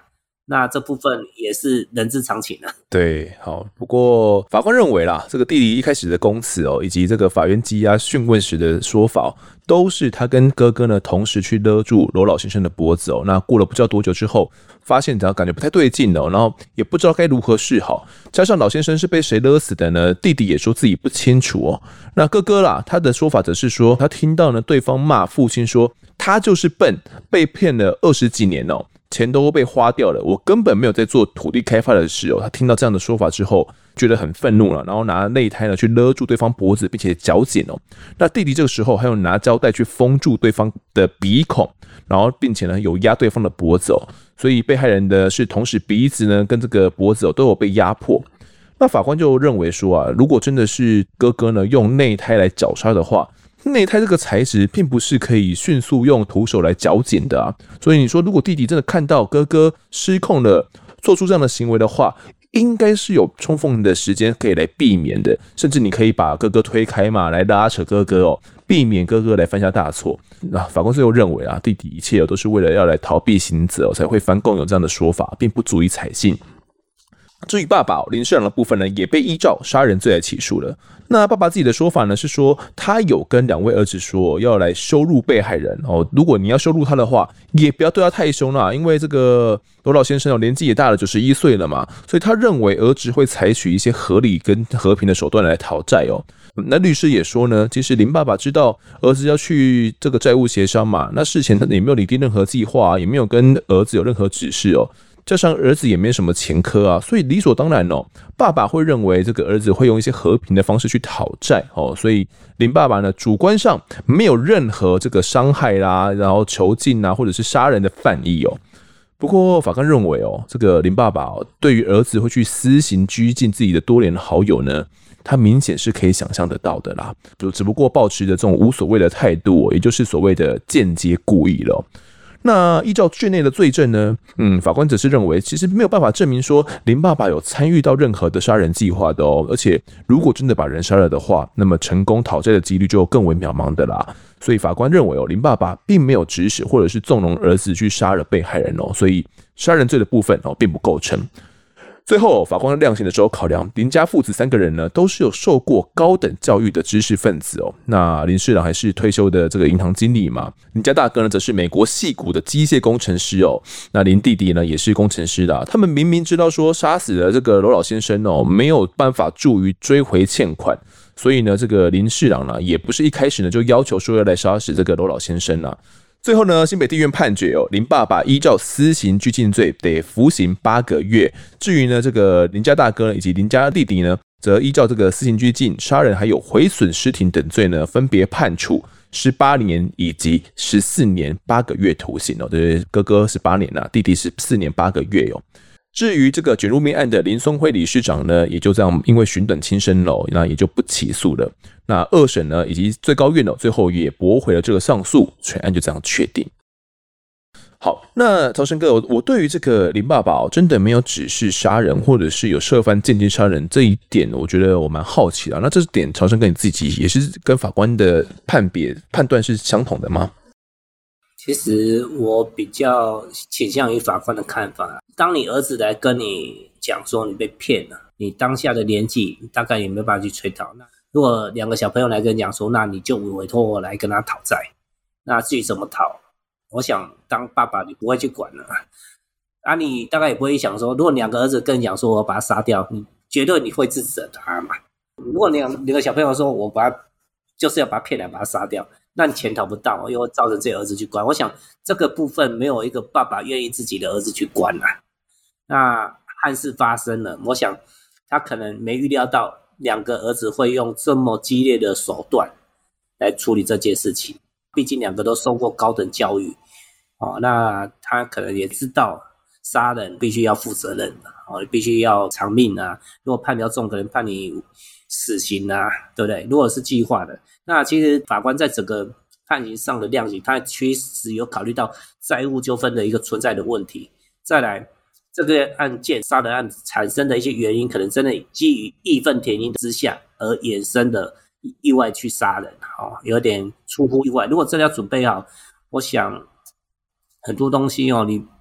[SPEAKER 2] 那这部分也是人之常情啊。
[SPEAKER 3] 对，好，不过法官认为啦，这个弟弟一开始的供词哦，以及这个法院羁押讯问时的说法、哦，都是他跟哥哥呢同时去勒住罗老先生的脖子哦。那过了不知道多久之后，发现他感觉不太对劲哦，然后也不知道该如何是好。加上老先生是被谁勒死的呢？弟弟也说自己不清楚哦。那哥哥啦，他的说法则是说，他听到呢对方骂父亲说他就是笨，被骗了二十几年哦。钱都被花掉了，我根本没有在做土地开发的事哦。他听到这样的说法之后，觉得很愤怒了，然后拿内胎呢去勒住对方脖子，并且绞紧哦。那弟弟这个时候还有拿胶带去封住对方的鼻孔，然后并且呢有压对方的脖子哦。所以被害人的是同时鼻子呢跟这个脖子哦都有被压迫。那法官就认为说啊，如果真的是哥哥呢用内胎来绞杀的话，内胎这个材质并不是可以迅速用徒手来绞紧的啊，所以你说如果弟弟真的看到哥哥失控了，做出这样的行为的话，应该是有充分的时间可以来避免的，甚至你可以把哥哥推开嘛，来拉扯哥哥哦，避免哥哥来犯下大错。那法官最后认为啊，弟弟一切都是为了要来逃避刑责、哦、才会翻供有这样的说法，并不足以采信。至于爸爸、哦、林市长的部分呢，也被依照杀人罪来起诉了。那爸爸自己的说法呢，是说他有跟两位儿子说要来羞辱被害人哦，如果你要羞辱他的话，也不要对他太凶啦，因为这个罗老先生哦年纪也大了九十一岁了嘛，所以他认为儿子会采取一些合理跟和平的手段来讨债哦。那律师也说呢，其实林爸爸知道儿子要去这个债务协商嘛，那事前他也没有拟定任何计划、啊，也没有跟儿子有任何指示哦。加上儿子也没什么前科啊，所以理所当然哦，爸爸会认为这个儿子会用一些和平的方式去讨债哦，所以林爸爸呢主观上没有任何这个伤害啦，然后囚禁啊或者是杀人的犯意哦。不过法官认为哦，这个林爸爸、哦、对于儿子会去私刑拘禁自己的多年好友呢，他明显是可以想象得到的啦，只不过抱持着这种无所谓的态度、哦，也就是所谓的间接故意了、哦。那依照卷内的罪证呢，嗯，法官则是认为其实没有办法证明说林爸爸有参与到任何的杀人计划的哦，而且如果真的把人杀了的话，那么成功讨债的几率就更为渺茫的啦。所以法官认为哦，林爸爸并没有指使或者是纵容儿子去杀了被害人哦，所以杀人罪的部分哦并不构成。最后，法官量刑的时候考量林家父子三个人呢，都是有受过高等教育的知识分子哦。那林市长还是退休的这个银行经理嘛，林家大哥呢，则是美国矽谷的机械工程师哦。那林弟弟呢，也是工程师的、啊。他们明明知道说杀死了这个罗老先生哦，没有办法助于追回欠款，所以呢，这个林市长呢，也不是一开始呢就要求说要来杀死这个罗老先生啊。最后呢，新北地院判决哦，林爸爸依照私刑拘禁罪得服刑八个月。至于呢，这个林家大哥以及林家弟弟呢，则依照这个私刑拘禁、杀人还有毁损尸体等罪呢，分别判处十八年以及十四年八个月徒刑哦。对，哥哥十八年啊，弟弟十四年八个月哦。至于这个卷入命案的林松辉理事长呢，也就这样因为寻短轻生了，那也就不起诉了。那二审呢，以及最高院呢，最后也驳回了这个上诉，全案就这样确定。好，那曹生哥，我对于这个林爸爸、哦、真的没有指示杀人，或者是有涉犯间接杀人这一点，我觉得我蛮好奇的。那这点，曹生哥你自己也是跟法官的判别判断是相同的吗？
[SPEAKER 2] 其实我比较倾向于法官的看法。当你儿子来跟你讲说你被骗了，你当下的年纪大概也没办法去追讨。那如果两个小朋友来跟你讲说，那你就委托我来跟他讨债，那至于怎么讨，我想当爸爸你不会去管了啊，你大概也不会想说，如果两个儿子跟你讲说我把他杀掉，你绝对你会制止他嘛。如果两两个小朋友说我把他就是要把他骗来把他杀掉，那你钱讨不到，又会造成自己儿子去关。我想这个部分没有一个爸爸愿意自己的儿子去关啊。那憾事发生了，我想他可能没预料到两个儿子会用这么激烈的手段来处理这件事情。毕竟两个都受过高等教育，哦，那他可能也知道杀人必须要负责任，哦，必须要偿命啊。如果判比较重，可能判你死刑啊，对不对？如果是计划的，那其实法官在整个判刑上的量刑，他确实有考虑到债务纠纷的一个存在的问题。再来，这个案件杀人案产生的一些原因，可能真的基于义愤填膺之下而衍生的意外去杀人，哦，有点出乎意外。如果真的要准备好，我想很多东西哦，你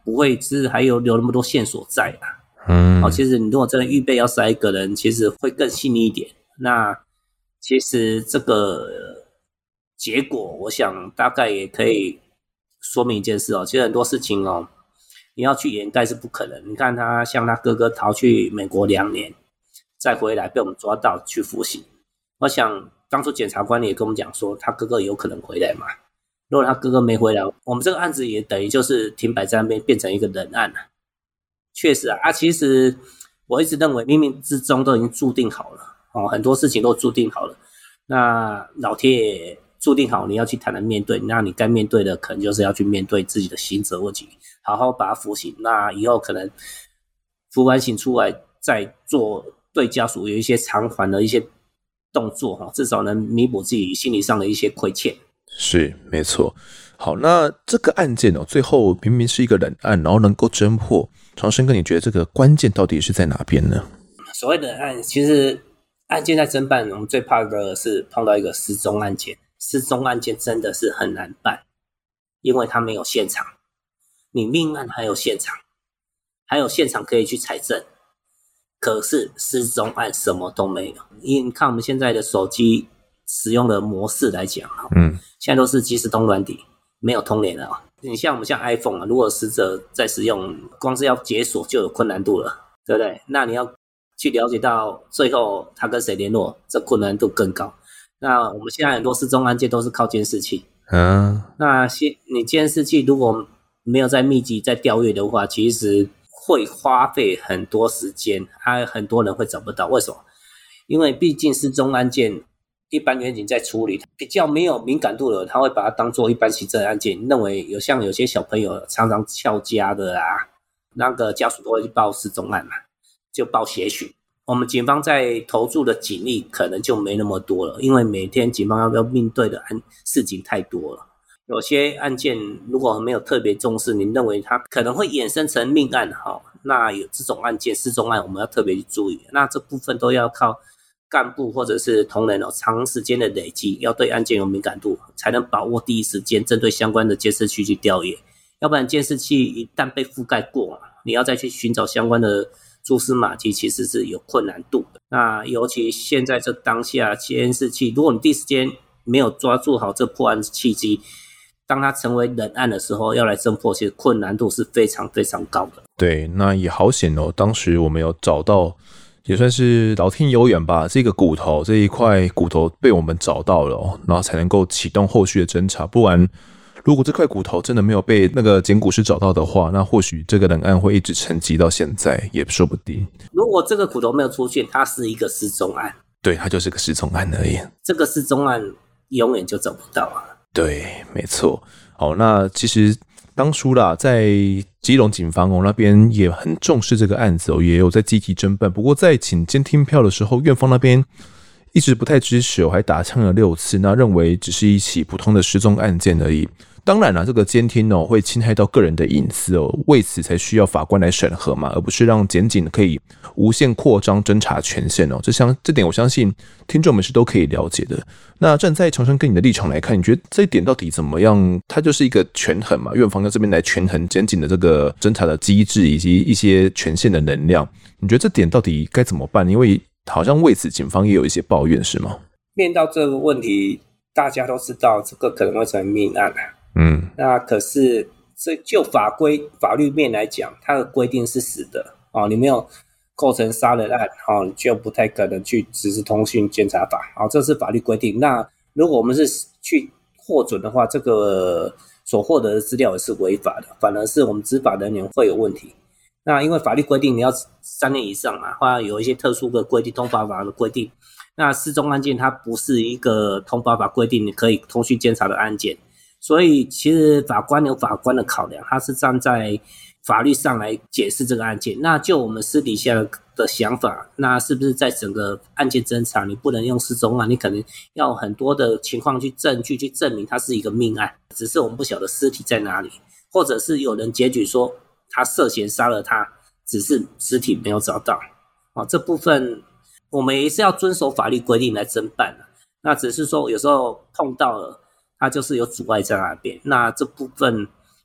[SPEAKER 2] 不会是还有留那么多线索在啊。
[SPEAKER 3] 嗯，
[SPEAKER 2] 哦，其实你如果真的预备要杀一个人，其实会更细腻一点。那其实这个结果，我想大概也可以说明一件事哦。其实很多事情哦，你要去掩盖是不可能。你看他像他哥哥逃去美国两年，再回来被我们抓到去服刑。我想当初检察官也跟我们讲说，他哥哥有可能回来嘛。如果他哥哥没回来，我们这个案子也等于就是停摆在那边，变成一个人案了。确实啊，啊，其实我一直认为冥冥之中都已经注定好了哦，很多事情都注定好了。那老天爷注定好你要去坦然面对，那你该面对的可能就是要去面对自己的刑责问题，好好把它服刑。那以后可能服完刑出来，再做对家属有一些偿还的一些动作哈，至少能弥补自己心理上的一些亏欠。
[SPEAKER 3] 是没错。好，那这个案件哦，最后明明是一个人案，然后能够侦破，长生哥，你觉得这个关键到底是在哪边呢？
[SPEAKER 2] 所谓的案，其实案件在侦办，我们最怕的是碰到一个失踪案件。失踪案件真的是很难办，因为它没有现场。你命案还有现场，还有现场可以去采证，可是失踪案什么都没有。因为你看我们现在的手机使用的模式来讲，嗯，现在都是即时通软体，没有通联了啊。你像我们像 iPhone 啊，如果死者在使用，光是要解锁就有困难度了，对不对？那你要去了解到最后他跟谁联络，这困难度更高。那我们现在很多失踪案件都是靠监视器，嗯，那你监视器如果没有在密集在调阅的话，其实会花费很多时间，还很多人会找不到。为什么？因为毕竟失踪案件一般员警在处理比较没有敏感度的，他会把它当作一般行政案件，认为有像有些小朋友常常翘家的啊，那个家属都会去报失踪案嘛，就报协寻。我们警方在投注的警力可能就没那么多了，因为每天警方要面对的案事情太多了。有些案件如果没有特别重视，你认为它可能会衍生成命案，那有这种案件失踪案我们要特别去注意。那这部分都要靠干部或者是同仁长时间的累积，要对案件有敏感度，才能把握第一时间针对相关的监视器去调阅。要不然监视器一旦被覆盖过，你要再去寻找相关的蛛丝马迹，其实是有困难度的。那尤其现在这当下监视器，如果你第一时间没有抓住好这破案契机，当它成为人案的时候，要来侦破，其实困难度是非常非常高的。
[SPEAKER 3] 对，那也好险哦，当时我们有找到，也算是老天有眼吧，这个骨头这一块骨头被我们找到了哦，然后才能够启动后续的侦查，不然如果这块骨头真的没有被那个检骨师找到的话，那或许这个人案会一直沉寂到现在，也说不定。
[SPEAKER 2] 如果这个骨头没有出现，它是一个失踪案，
[SPEAKER 3] 对，它就是个失踪案而已。
[SPEAKER 2] 这个失踪案永远就找不到了。
[SPEAKER 3] 对，没错。好，那其实当初啦，在基隆警方哦那边也很重视这个案子哦，也有在积极侦办。不过在请监听票的时候，院方那边一直不太支持，我还打枪了六次，那认为只是一起普通的失踪案件而已。当然啦，这个监听哦会侵害到个人的隐私哦，为此才需要法官来审核嘛，而不是让检警可以无限扩张侦查权限哦。这相这点我相信听众们是都可以了解的。那站在长生跟你的立场来看，你觉得这一点到底怎么样？它就是一个权衡嘛，院方在这边来权衡检警的这个侦查的机制以及一些权限的能量。你觉得这点到底该怎么办？因为好像为此警方也有一些抱怨，是吗？
[SPEAKER 2] 面到这个问题，大家都知道这个可能会成为命案啊。嗯，那可是这就法规法律面来讲，它的规定是死的哦，你没有构成杀人案哦，你就不太可能去实施通讯监察法哦，这是法律规定。那如果我们是去获准的话，这个所获得的资料也是违法的，反而是我们执法人员会有问题。那因为法律规定你要三年以上嘛，或者有一些特殊的规定，通法法的规定。那失踪案件它不是一个通法法规定你可以通讯监察的案件。所以其实法官有法官的考量，他是站在法律上来解释这个案件。那就我们私底下的想法，那是不是在整个案件侦查，你不能用失踪案，你可能要很多的情况去证据去证明它是一个命案，只是我们不晓得尸体在哪里，或者是有人检举说他涉嫌杀了他，只是尸体没有找到。哦，这部分我们也是要遵守法律规定来侦办的，那只是说有时候碰到了它就是有阻碍在那边，那这部分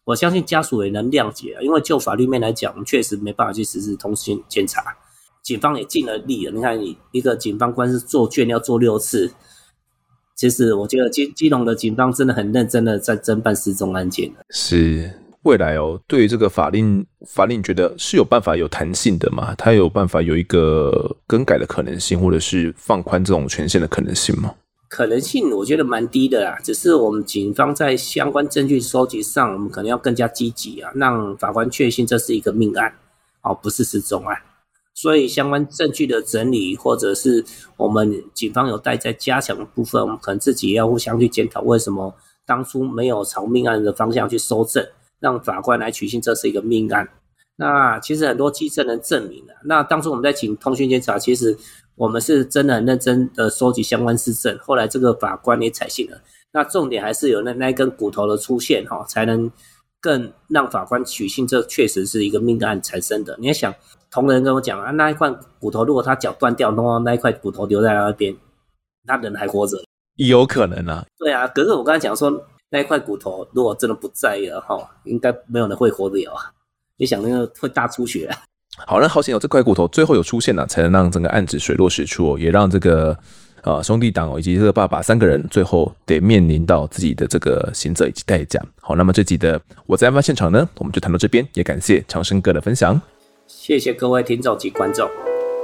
[SPEAKER 2] 我相信家属也能谅解啊，因为就法律面来讲，我们确实没办法去实施通讯监察。警方也尽了力了，你看你一个警方官司做卷要做六次，其实我觉得基基隆的警方真的很认真的在侦办失踪案件。
[SPEAKER 3] 是未来哦，对于这个法令，法令觉得是有办法有弹性的吗？它有办法有一个更改的可能性，或者是放宽这种权限的可能性吗？
[SPEAKER 2] 可能性我觉得蛮低的啦，只是我们警方在相关证据收集上，我们可能要更加积极啊，让法官确信这是一个命案，哦，不是失踪案。所以相关证据的整理，或者是我们警方有待在加强的部分，我们可能自己要互相去检讨，为什么当初没有朝命案的方向去搜证，让法官来取信这是一个命案。那其实很多基证能证明的。那当初我们在请通讯监察，其实我们是真的很认真的收集相关事证，后来这个法官也采信了。那重点还是有那那一根骨头的出现，才能更让法官取信这确实是一个命案产生的。你要想，同仁跟我讲啊，那一块骨头如果他脚断掉，然后那一块骨头留在那边，他人还活着，
[SPEAKER 3] 有可能啊。
[SPEAKER 2] 对啊，可是我刚才讲说，那一块骨头如果真的不在了，应该没有人会活得了啊。你想那个会大出血啊。
[SPEAKER 3] 好，那好险有这块骨头最后有出现了，才能让整个案子水落石出哦，也让这个呃兄弟党哦以及这个爸爸三个人最后得面临到自己的这个刑责以及代价。好，那么这集的我在案发现场呢，我们就谈到这边，也感谢长生哥的分享。
[SPEAKER 2] 谢谢各位听众及观众。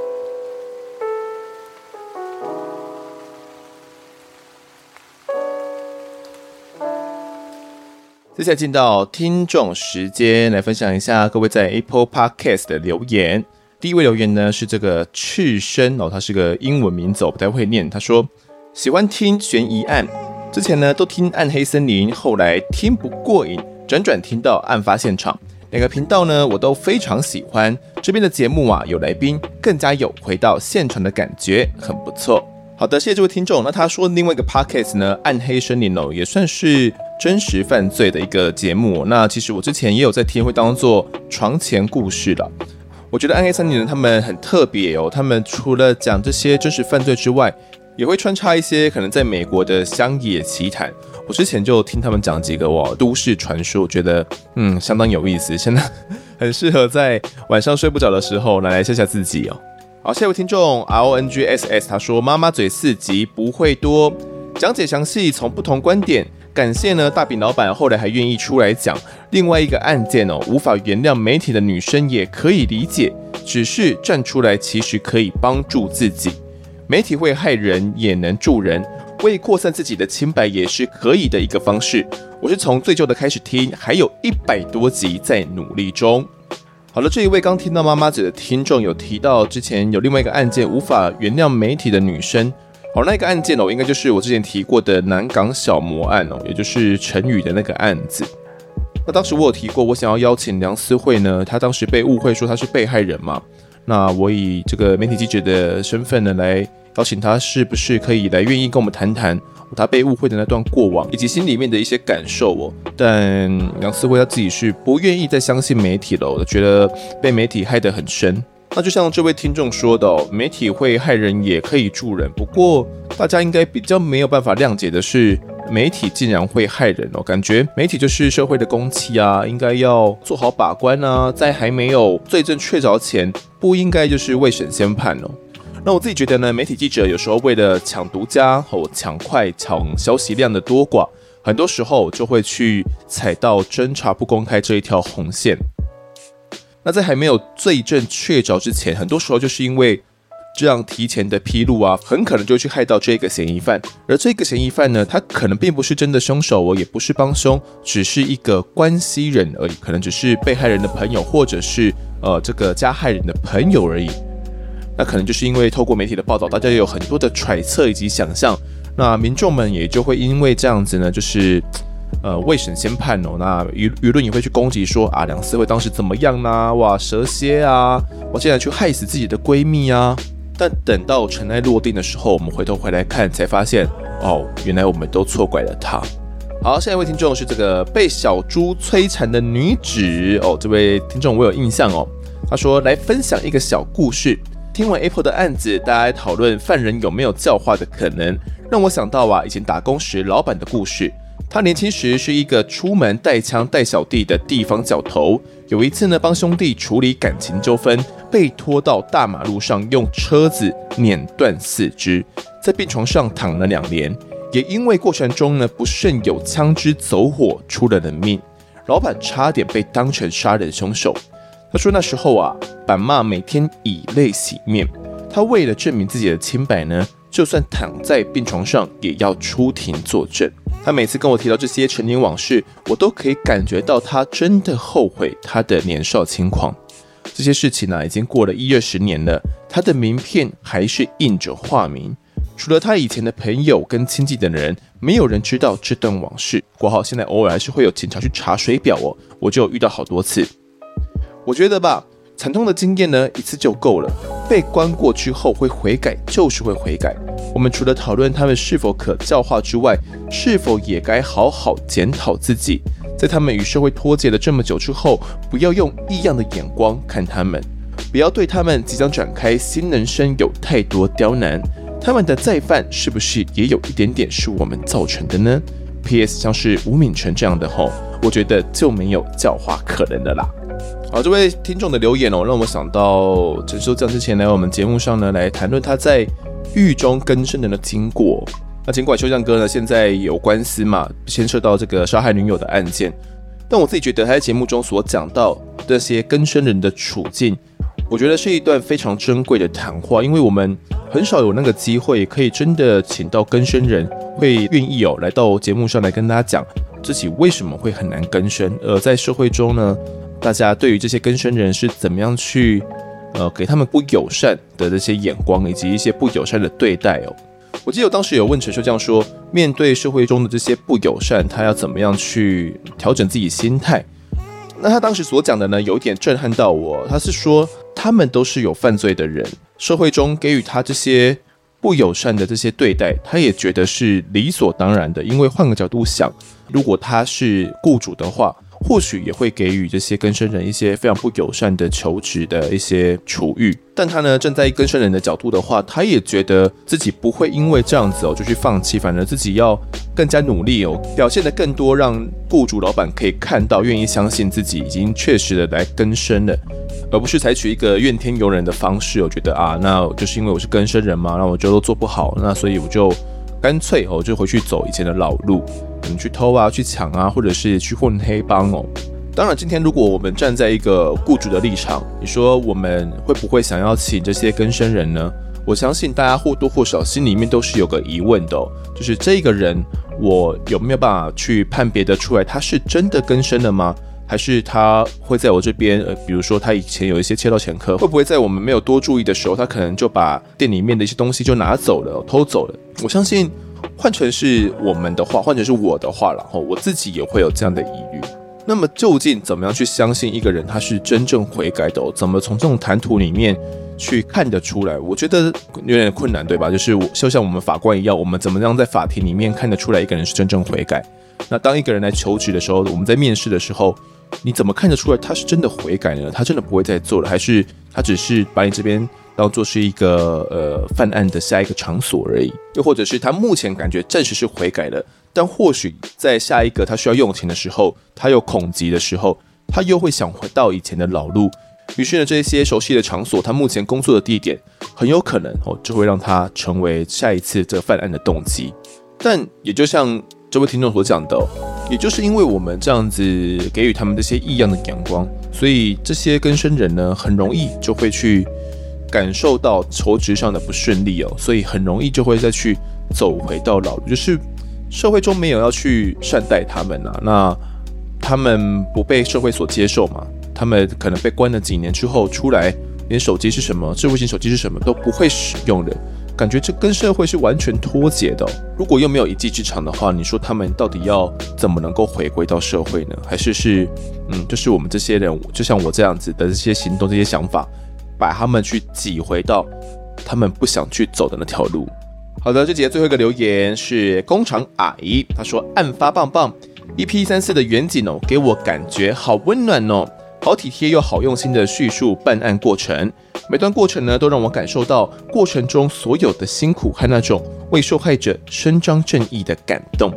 [SPEAKER 1] 接下来进到听众时间，来分享一下各位在 Apple Podcast 的留言。第一位留言呢是这个赤身哦，他是个英文名字，我不太会念。他说喜欢听悬疑案，之前呢都听暗黑森林，后来听不过瘾，转转听到案发现场。两个频道呢我都非常喜欢，这边的节目啊有来宾，更加有回到现场的感觉，很不错。好的，谢谢这位听众。那他说另外一个 podcast 呢，暗黑森林哦，也算是真实犯罪的一个节目、哦。那其实我之前也有在听，会当做床前故事的。我觉得暗黑森林人他们很特别哦，他们除了讲这些真实犯罪之外，也会穿插一些可能在美国的乡野奇谈。我之前就听他们讲几个哇都市传说，我觉得嗯相当有意思，现在很适合在晚上睡不着的时候拿来吓吓自己哦。好，下一位听众 R O N G S S 他说妈妈嘴四集不会多，讲解详细，从不同观点。感谢呢大饼老板后来还愿意出来讲另外一个案件哦，无法原谅媒体的女生也可以理解，只是站出来其实可以帮助自己。媒体会害人也能助人，为扩散自己的清白也是可以的一个方式。我是从最旧的开始听，还有一百多集在努力中。好了，这一位刚听到妈妈嘴的听众有提到之前有另外一个案件无法原谅媒体的女生。好，那个案件哦，应该就是我之前提过的南港小魔案哦，也就是陈宇的那个案子。那当时我有提过，我想要邀请梁思慧呢，她当时被误会说她是被害人嘛。那我以这个媒体记者的身份呢，来邀请她，是不是可以来愿意跟我们谈谈她被误会的那段过往，以及心里面的一些感受哦。但梁思慧她自己是不愿意再相信媒体了，我觉得被媒体害得很深。那就像这位听众说的哦，媒体会害人也可以助人，不过大家应该比较没有办法谅解的是，媒体竟然会害人哦，感觉媒体就是社会的公器啊，应该要做好把关啊，在还没有罪证确凿前，不应该就是未审先判哦。那我自己觉得呢，媒体记者有时候为了抢独家或抢快、抢消息量的多寡，很多时候就会去踩到侦查不公开这一条红线。那在还没有罪证确凿之前，很多时候就是因为这样提前的披露啊，很可能就会去害到这个嫌疑犯。而这个嫌疑犯呢，他可能并不是真的凶手哦，也不是帮凶，只是一个关系人而已，可能只是被害人的朋友，或者是呃这个加害人的朋友而已。那可能就是因为透过媒体的报道，大家也有很多的揣测以及想象，那民众们也就会因为这样子呢，就是呃未审先判哦，那舆舆论也会去攻击说啊，梁思慧当时怎么样啊，哇蛇蝎啊，我竟然去害死自己的闺蜜啊。但等到尘埃落定的时候，我们回头回来看，才发现哦，原来我们都错怪了她。好，下一位听众是这个被小猪摧残的女子哦，这位听众我有印象哦。他说来分享一个小故事。听完 Apple 的案子，大家讨论犯人有没有教化的可能，让我想到啊，以前打工时老板的故事。
[SPEAKER 3] 他年轻时是一个出门带枪带小弟的地方角头，有一次呢，帮兄弟处理感情纠纷，被拖到大马路上，用车子碾断四肢，在病床上躺了两年，也因为过程中呢不慎有枪支走火，出了人命。老板差点被当成杀人凶手。他说那时候啊，板妈每天以泪洗面，他为了证明自己的清白呢，就算躺在病床上也要出庭作证。他每次跟我提到这些陈年往事，我都可以感觉到他真的后悔他的年少轻狂。这些事情啊，已经过了一二十年了，他的名片还是印着化名。除了他以前的朋友跟亲近的人，没有人知道这段往事。括号现在偶尔还是会有警察去查水表哦，我就有遇到好多次。我觉得吧，惨痛的经验呢，一次就够了。被关过之后会悔改，就是会悔改。我们除了讨论他们是否可教化之外，是否也该好好检讨自己，在他们与社会脱节了这么久之后，不要用异样的眼光看他们，不要对他们即将展开新人生有太多刁难。他们的再犯是不是也有一点点是我们造成的呢？ P S 像是吴敏成这样的吼，我觉得就没有教化可能的啦。好，这位听众的留言哦，让我想到陈修将之前来我们节目上呢，来谈论他在狱中更生人的经过。那尽管修将哥呢现在有官司嘛，牵涉到这个杀害女友的案件，但我自己觉得他在节目中所讲到这些更生人的处境，我觉得是一段非常珍贵的谈话，因为我们很少有那个机会可以真的请到更生人会愿意哦来到节目上来跟大家讲自己为什么会很难更生，而在社会中呢，大家对于这些更生人是怎么样去呃给他们不友善的这些眼光，以及一些不友善的对待哦。我记得我当时有问陈修将说，面对社会中的这些不友善，他要怎么样去调整自己心态？那他当时所讲的呢，有一点震撼到我。他是说，他们都是有犯罪的人，社会中给予他这些不友善的这些对待，他也觉得是理所当然的。因为换个角度想，如果他是雇主的话，或许也会给予这些更生人一些非常不友善的求职的一些处遇。但他呢，站在更生人的角度的话，他也觉得自己不会因为这样子哦就去放弃，反而自己要更加努力哦，表现得更多，让雇主老板可以看到，愿意相信自己已经确实的来更生了，而不是采取一个怨天尤人的方式。我觉得啊，那就是因为我是更生人嘛，那我就都做不好，那所以我就干脆哦就回去走以前的老路，可能去偷啊、去抢啊，或者是去混黑帮哦。当然，今天如果我们站在一个雇主的立场，你说我们会不会想要请这些更生人呢？我相信大家或多或少心里面都是有个疑问的哦，就是这个人我有没有办法去判别得出来他是真的更生了吗？还是他会在我这边，呃，比如说他以前有一些窃盗前科，会不会在我们没有多注意的时候，他可能就把店里面的一些东西就拿走了、偷走了？我相信换成是我们的话，换成是我的话，然后我自己也会有这样的疑虑。那么究竟怎么样去相信一个人他是真正悔改的、哦？怎么从这种谈吐里面去看得出来？我觉得有点困难，对吧？就是就像我们法官一样，我们怎么样在法庭里面看得出来一个人是真正悔改？那当一个人来求职的时候，我们在面试的时候，你怎么看得出来他是真的悔改呢？他真的不会再做了，还是他只是把你这边当作是一个呃犯案的下一个场所而已？又或者是他目前感觉暂时是悔改了，但或许在下一个他需要用钱的时候，他有恐急的时候，他又会想回到以前的老路。于是呢，这些熟悉的场所，他目前工作的地点，很有可能哦，就会让他成为下一次这犯案的动机。但也就像这位听众所讲的、哦，也就是因为我们这样子给予他们这些异样的眼光，所以这些更生人呢，很容易就会去感受到求职上的不顺利哦，所以很容易就会再去走回到老路，就是社会中没有要去善待他们啊，那他们不被社会所接受嘛，他们可能被关了几年之后出来，连手机是什么、智慧型手机是什么都不会使用的。感觉这跟社会是完全脱节的、哦。如果又没有一技之长的话，你说他们到底要怎么能够回归到社会呢？还是是，嗯，就是我们这些人，就像我这样子的这些行动、这些想法，把他们去挤回到他们不想去走的那条路。好的，这集的最后一个留言是工厂阿姨，她说案发棒棒 ，E P 三十四的远景哦，给我感觉好温暖哦。好体贴又好用心的叙述办案过程，每段过程呢都让我感受到过程中所有的辛苦和那种为受害者伸张正义的感动。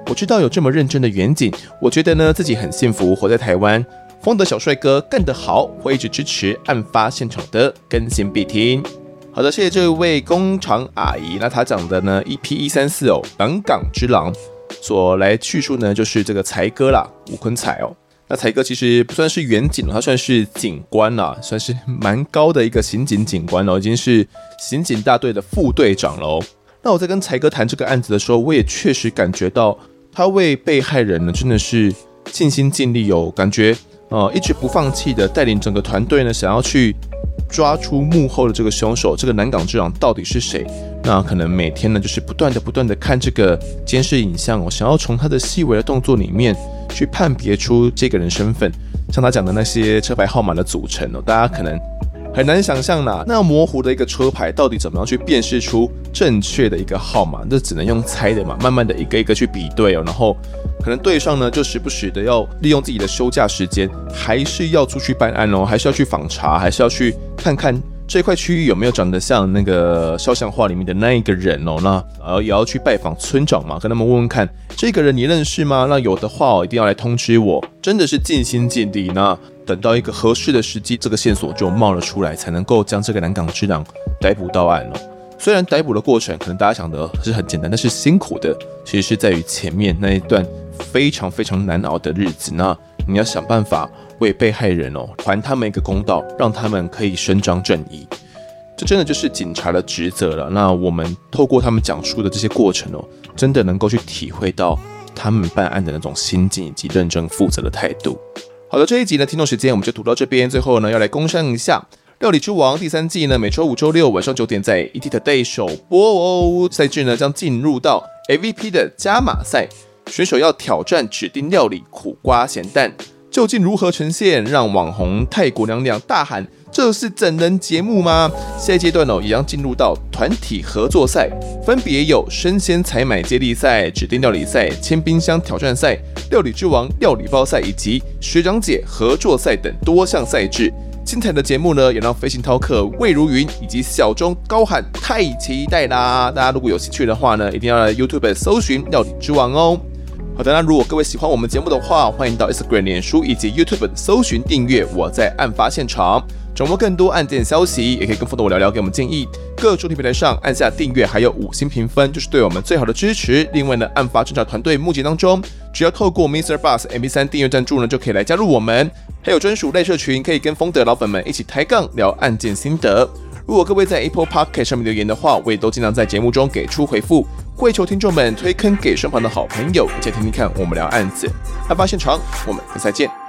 [SPEAKER 1] 我知道有这么认真的远景，我觉得呢自己很幸福，活在台湾。丰德小帅哥干得好，会一直支持案发现场的更新必听。好的，谢谢这位工厂阿姨。那她讲的呢 E P 一三四 哦，南港之狼所来叙述呢，就是这个才哥啦，吴坤才哦。那才哥其实不算是远警，他算是警官啦，算是蛮高的一个刑警警官哦，已经是刑警大队的副队长了哦。那我在跟才哥谈这个案子的时候，我也确实感觉到他为被害人呢真的是尽心尽力哦，感觉呃一直不放弃的带领整个团队呢，想要去抓出幕后的这个凶手，这个南港之狼到底是谁？那可能每天呢，就是不断的、不断的看这个监视影像哦，想要从他的细微的动作里面去判别出这个人身份。像他讲的那些车牌号码的组成哦，大家可能很难想象啦，那模糊的一个车牌到底怎么样去辨识出正确的一个号码？这只能用猜的嘛，慢慢的一个一个去比对哦，然后可能对上呢，就时不时的要利用自己的休假时间，还是要出去办案哦，还是要去访查，还是要去看看这块区域有没有长得像那个肖像画里面的那一个人哦。那呃也要去拜访村长嘛，跟他们问问看这个人你认识吗？那有的话哦，一定要来通知我，真的是尽心尽力。那等到一个合适的时机，这个线索就冒了出来，才能够将这个南港之狼逮捕到案哦。虽然逮捕的过程可能大家想的是很简单，但是辛苦的其实是在于前面那一段非常非常难熬的日子。那你要想办法为被害人哦还他们一个公道，让他们可以伸张正义。这真的就是警察的职责了。那我们透过他们讲述的这些过程哦，真的能够去体会到他们办案的那种心境以及认真负责的态度。好的，这一集呢，听众时间我们就读到这边。最后呢，要来工商一下，《料理之王》第三季呢，每周五、周六晚上九点在 E T Today 首播哦。赛制呢将进入到 A V P 的加码赛，选手要挑战指定料理苦瓜咸蛋，究竟如何呈现？让网红泰国娘娘大喊：“这是整人节目吗？”下一阶段哦，也将进入到团体合作赛，分别有生鲜采买接力赛、指定料理赛、千冰箱挑战赛、料理之王料理包赛以及学长姐合作赛等多项赛制。精彩的节目呢，也让飞行饕客魏如云以及小钟高喊太期待啦！大家如果有兴趣的话呢，一定要来 YouTube 搜寻料理之王哦。好的，那如果各位喜欢我们节目的话，欢迎到 Instagram、脸书以及 YouTube 搜寻订阅我在案发现场，掌握更多案件消息，也可以跟风的我聊聊，给我们建议。各收听平台上按下订阅，还有五星评分，就是对我们最好的支持。另外呢，案发侦查团队目前当中，只要透过 Mister Bus M P 三 订阅赞助呢，就可以来加入我们。还有专属类社群，可以跟风的老粉们一起抬杠聊案件心得。如果各位在 Apple Podcast 上面留言的话，我也都尽量在节目中给出回复，跪求听众们推坑给身旁的好朋友，一起听听看我们聊案子。案发现场，我们下次再见。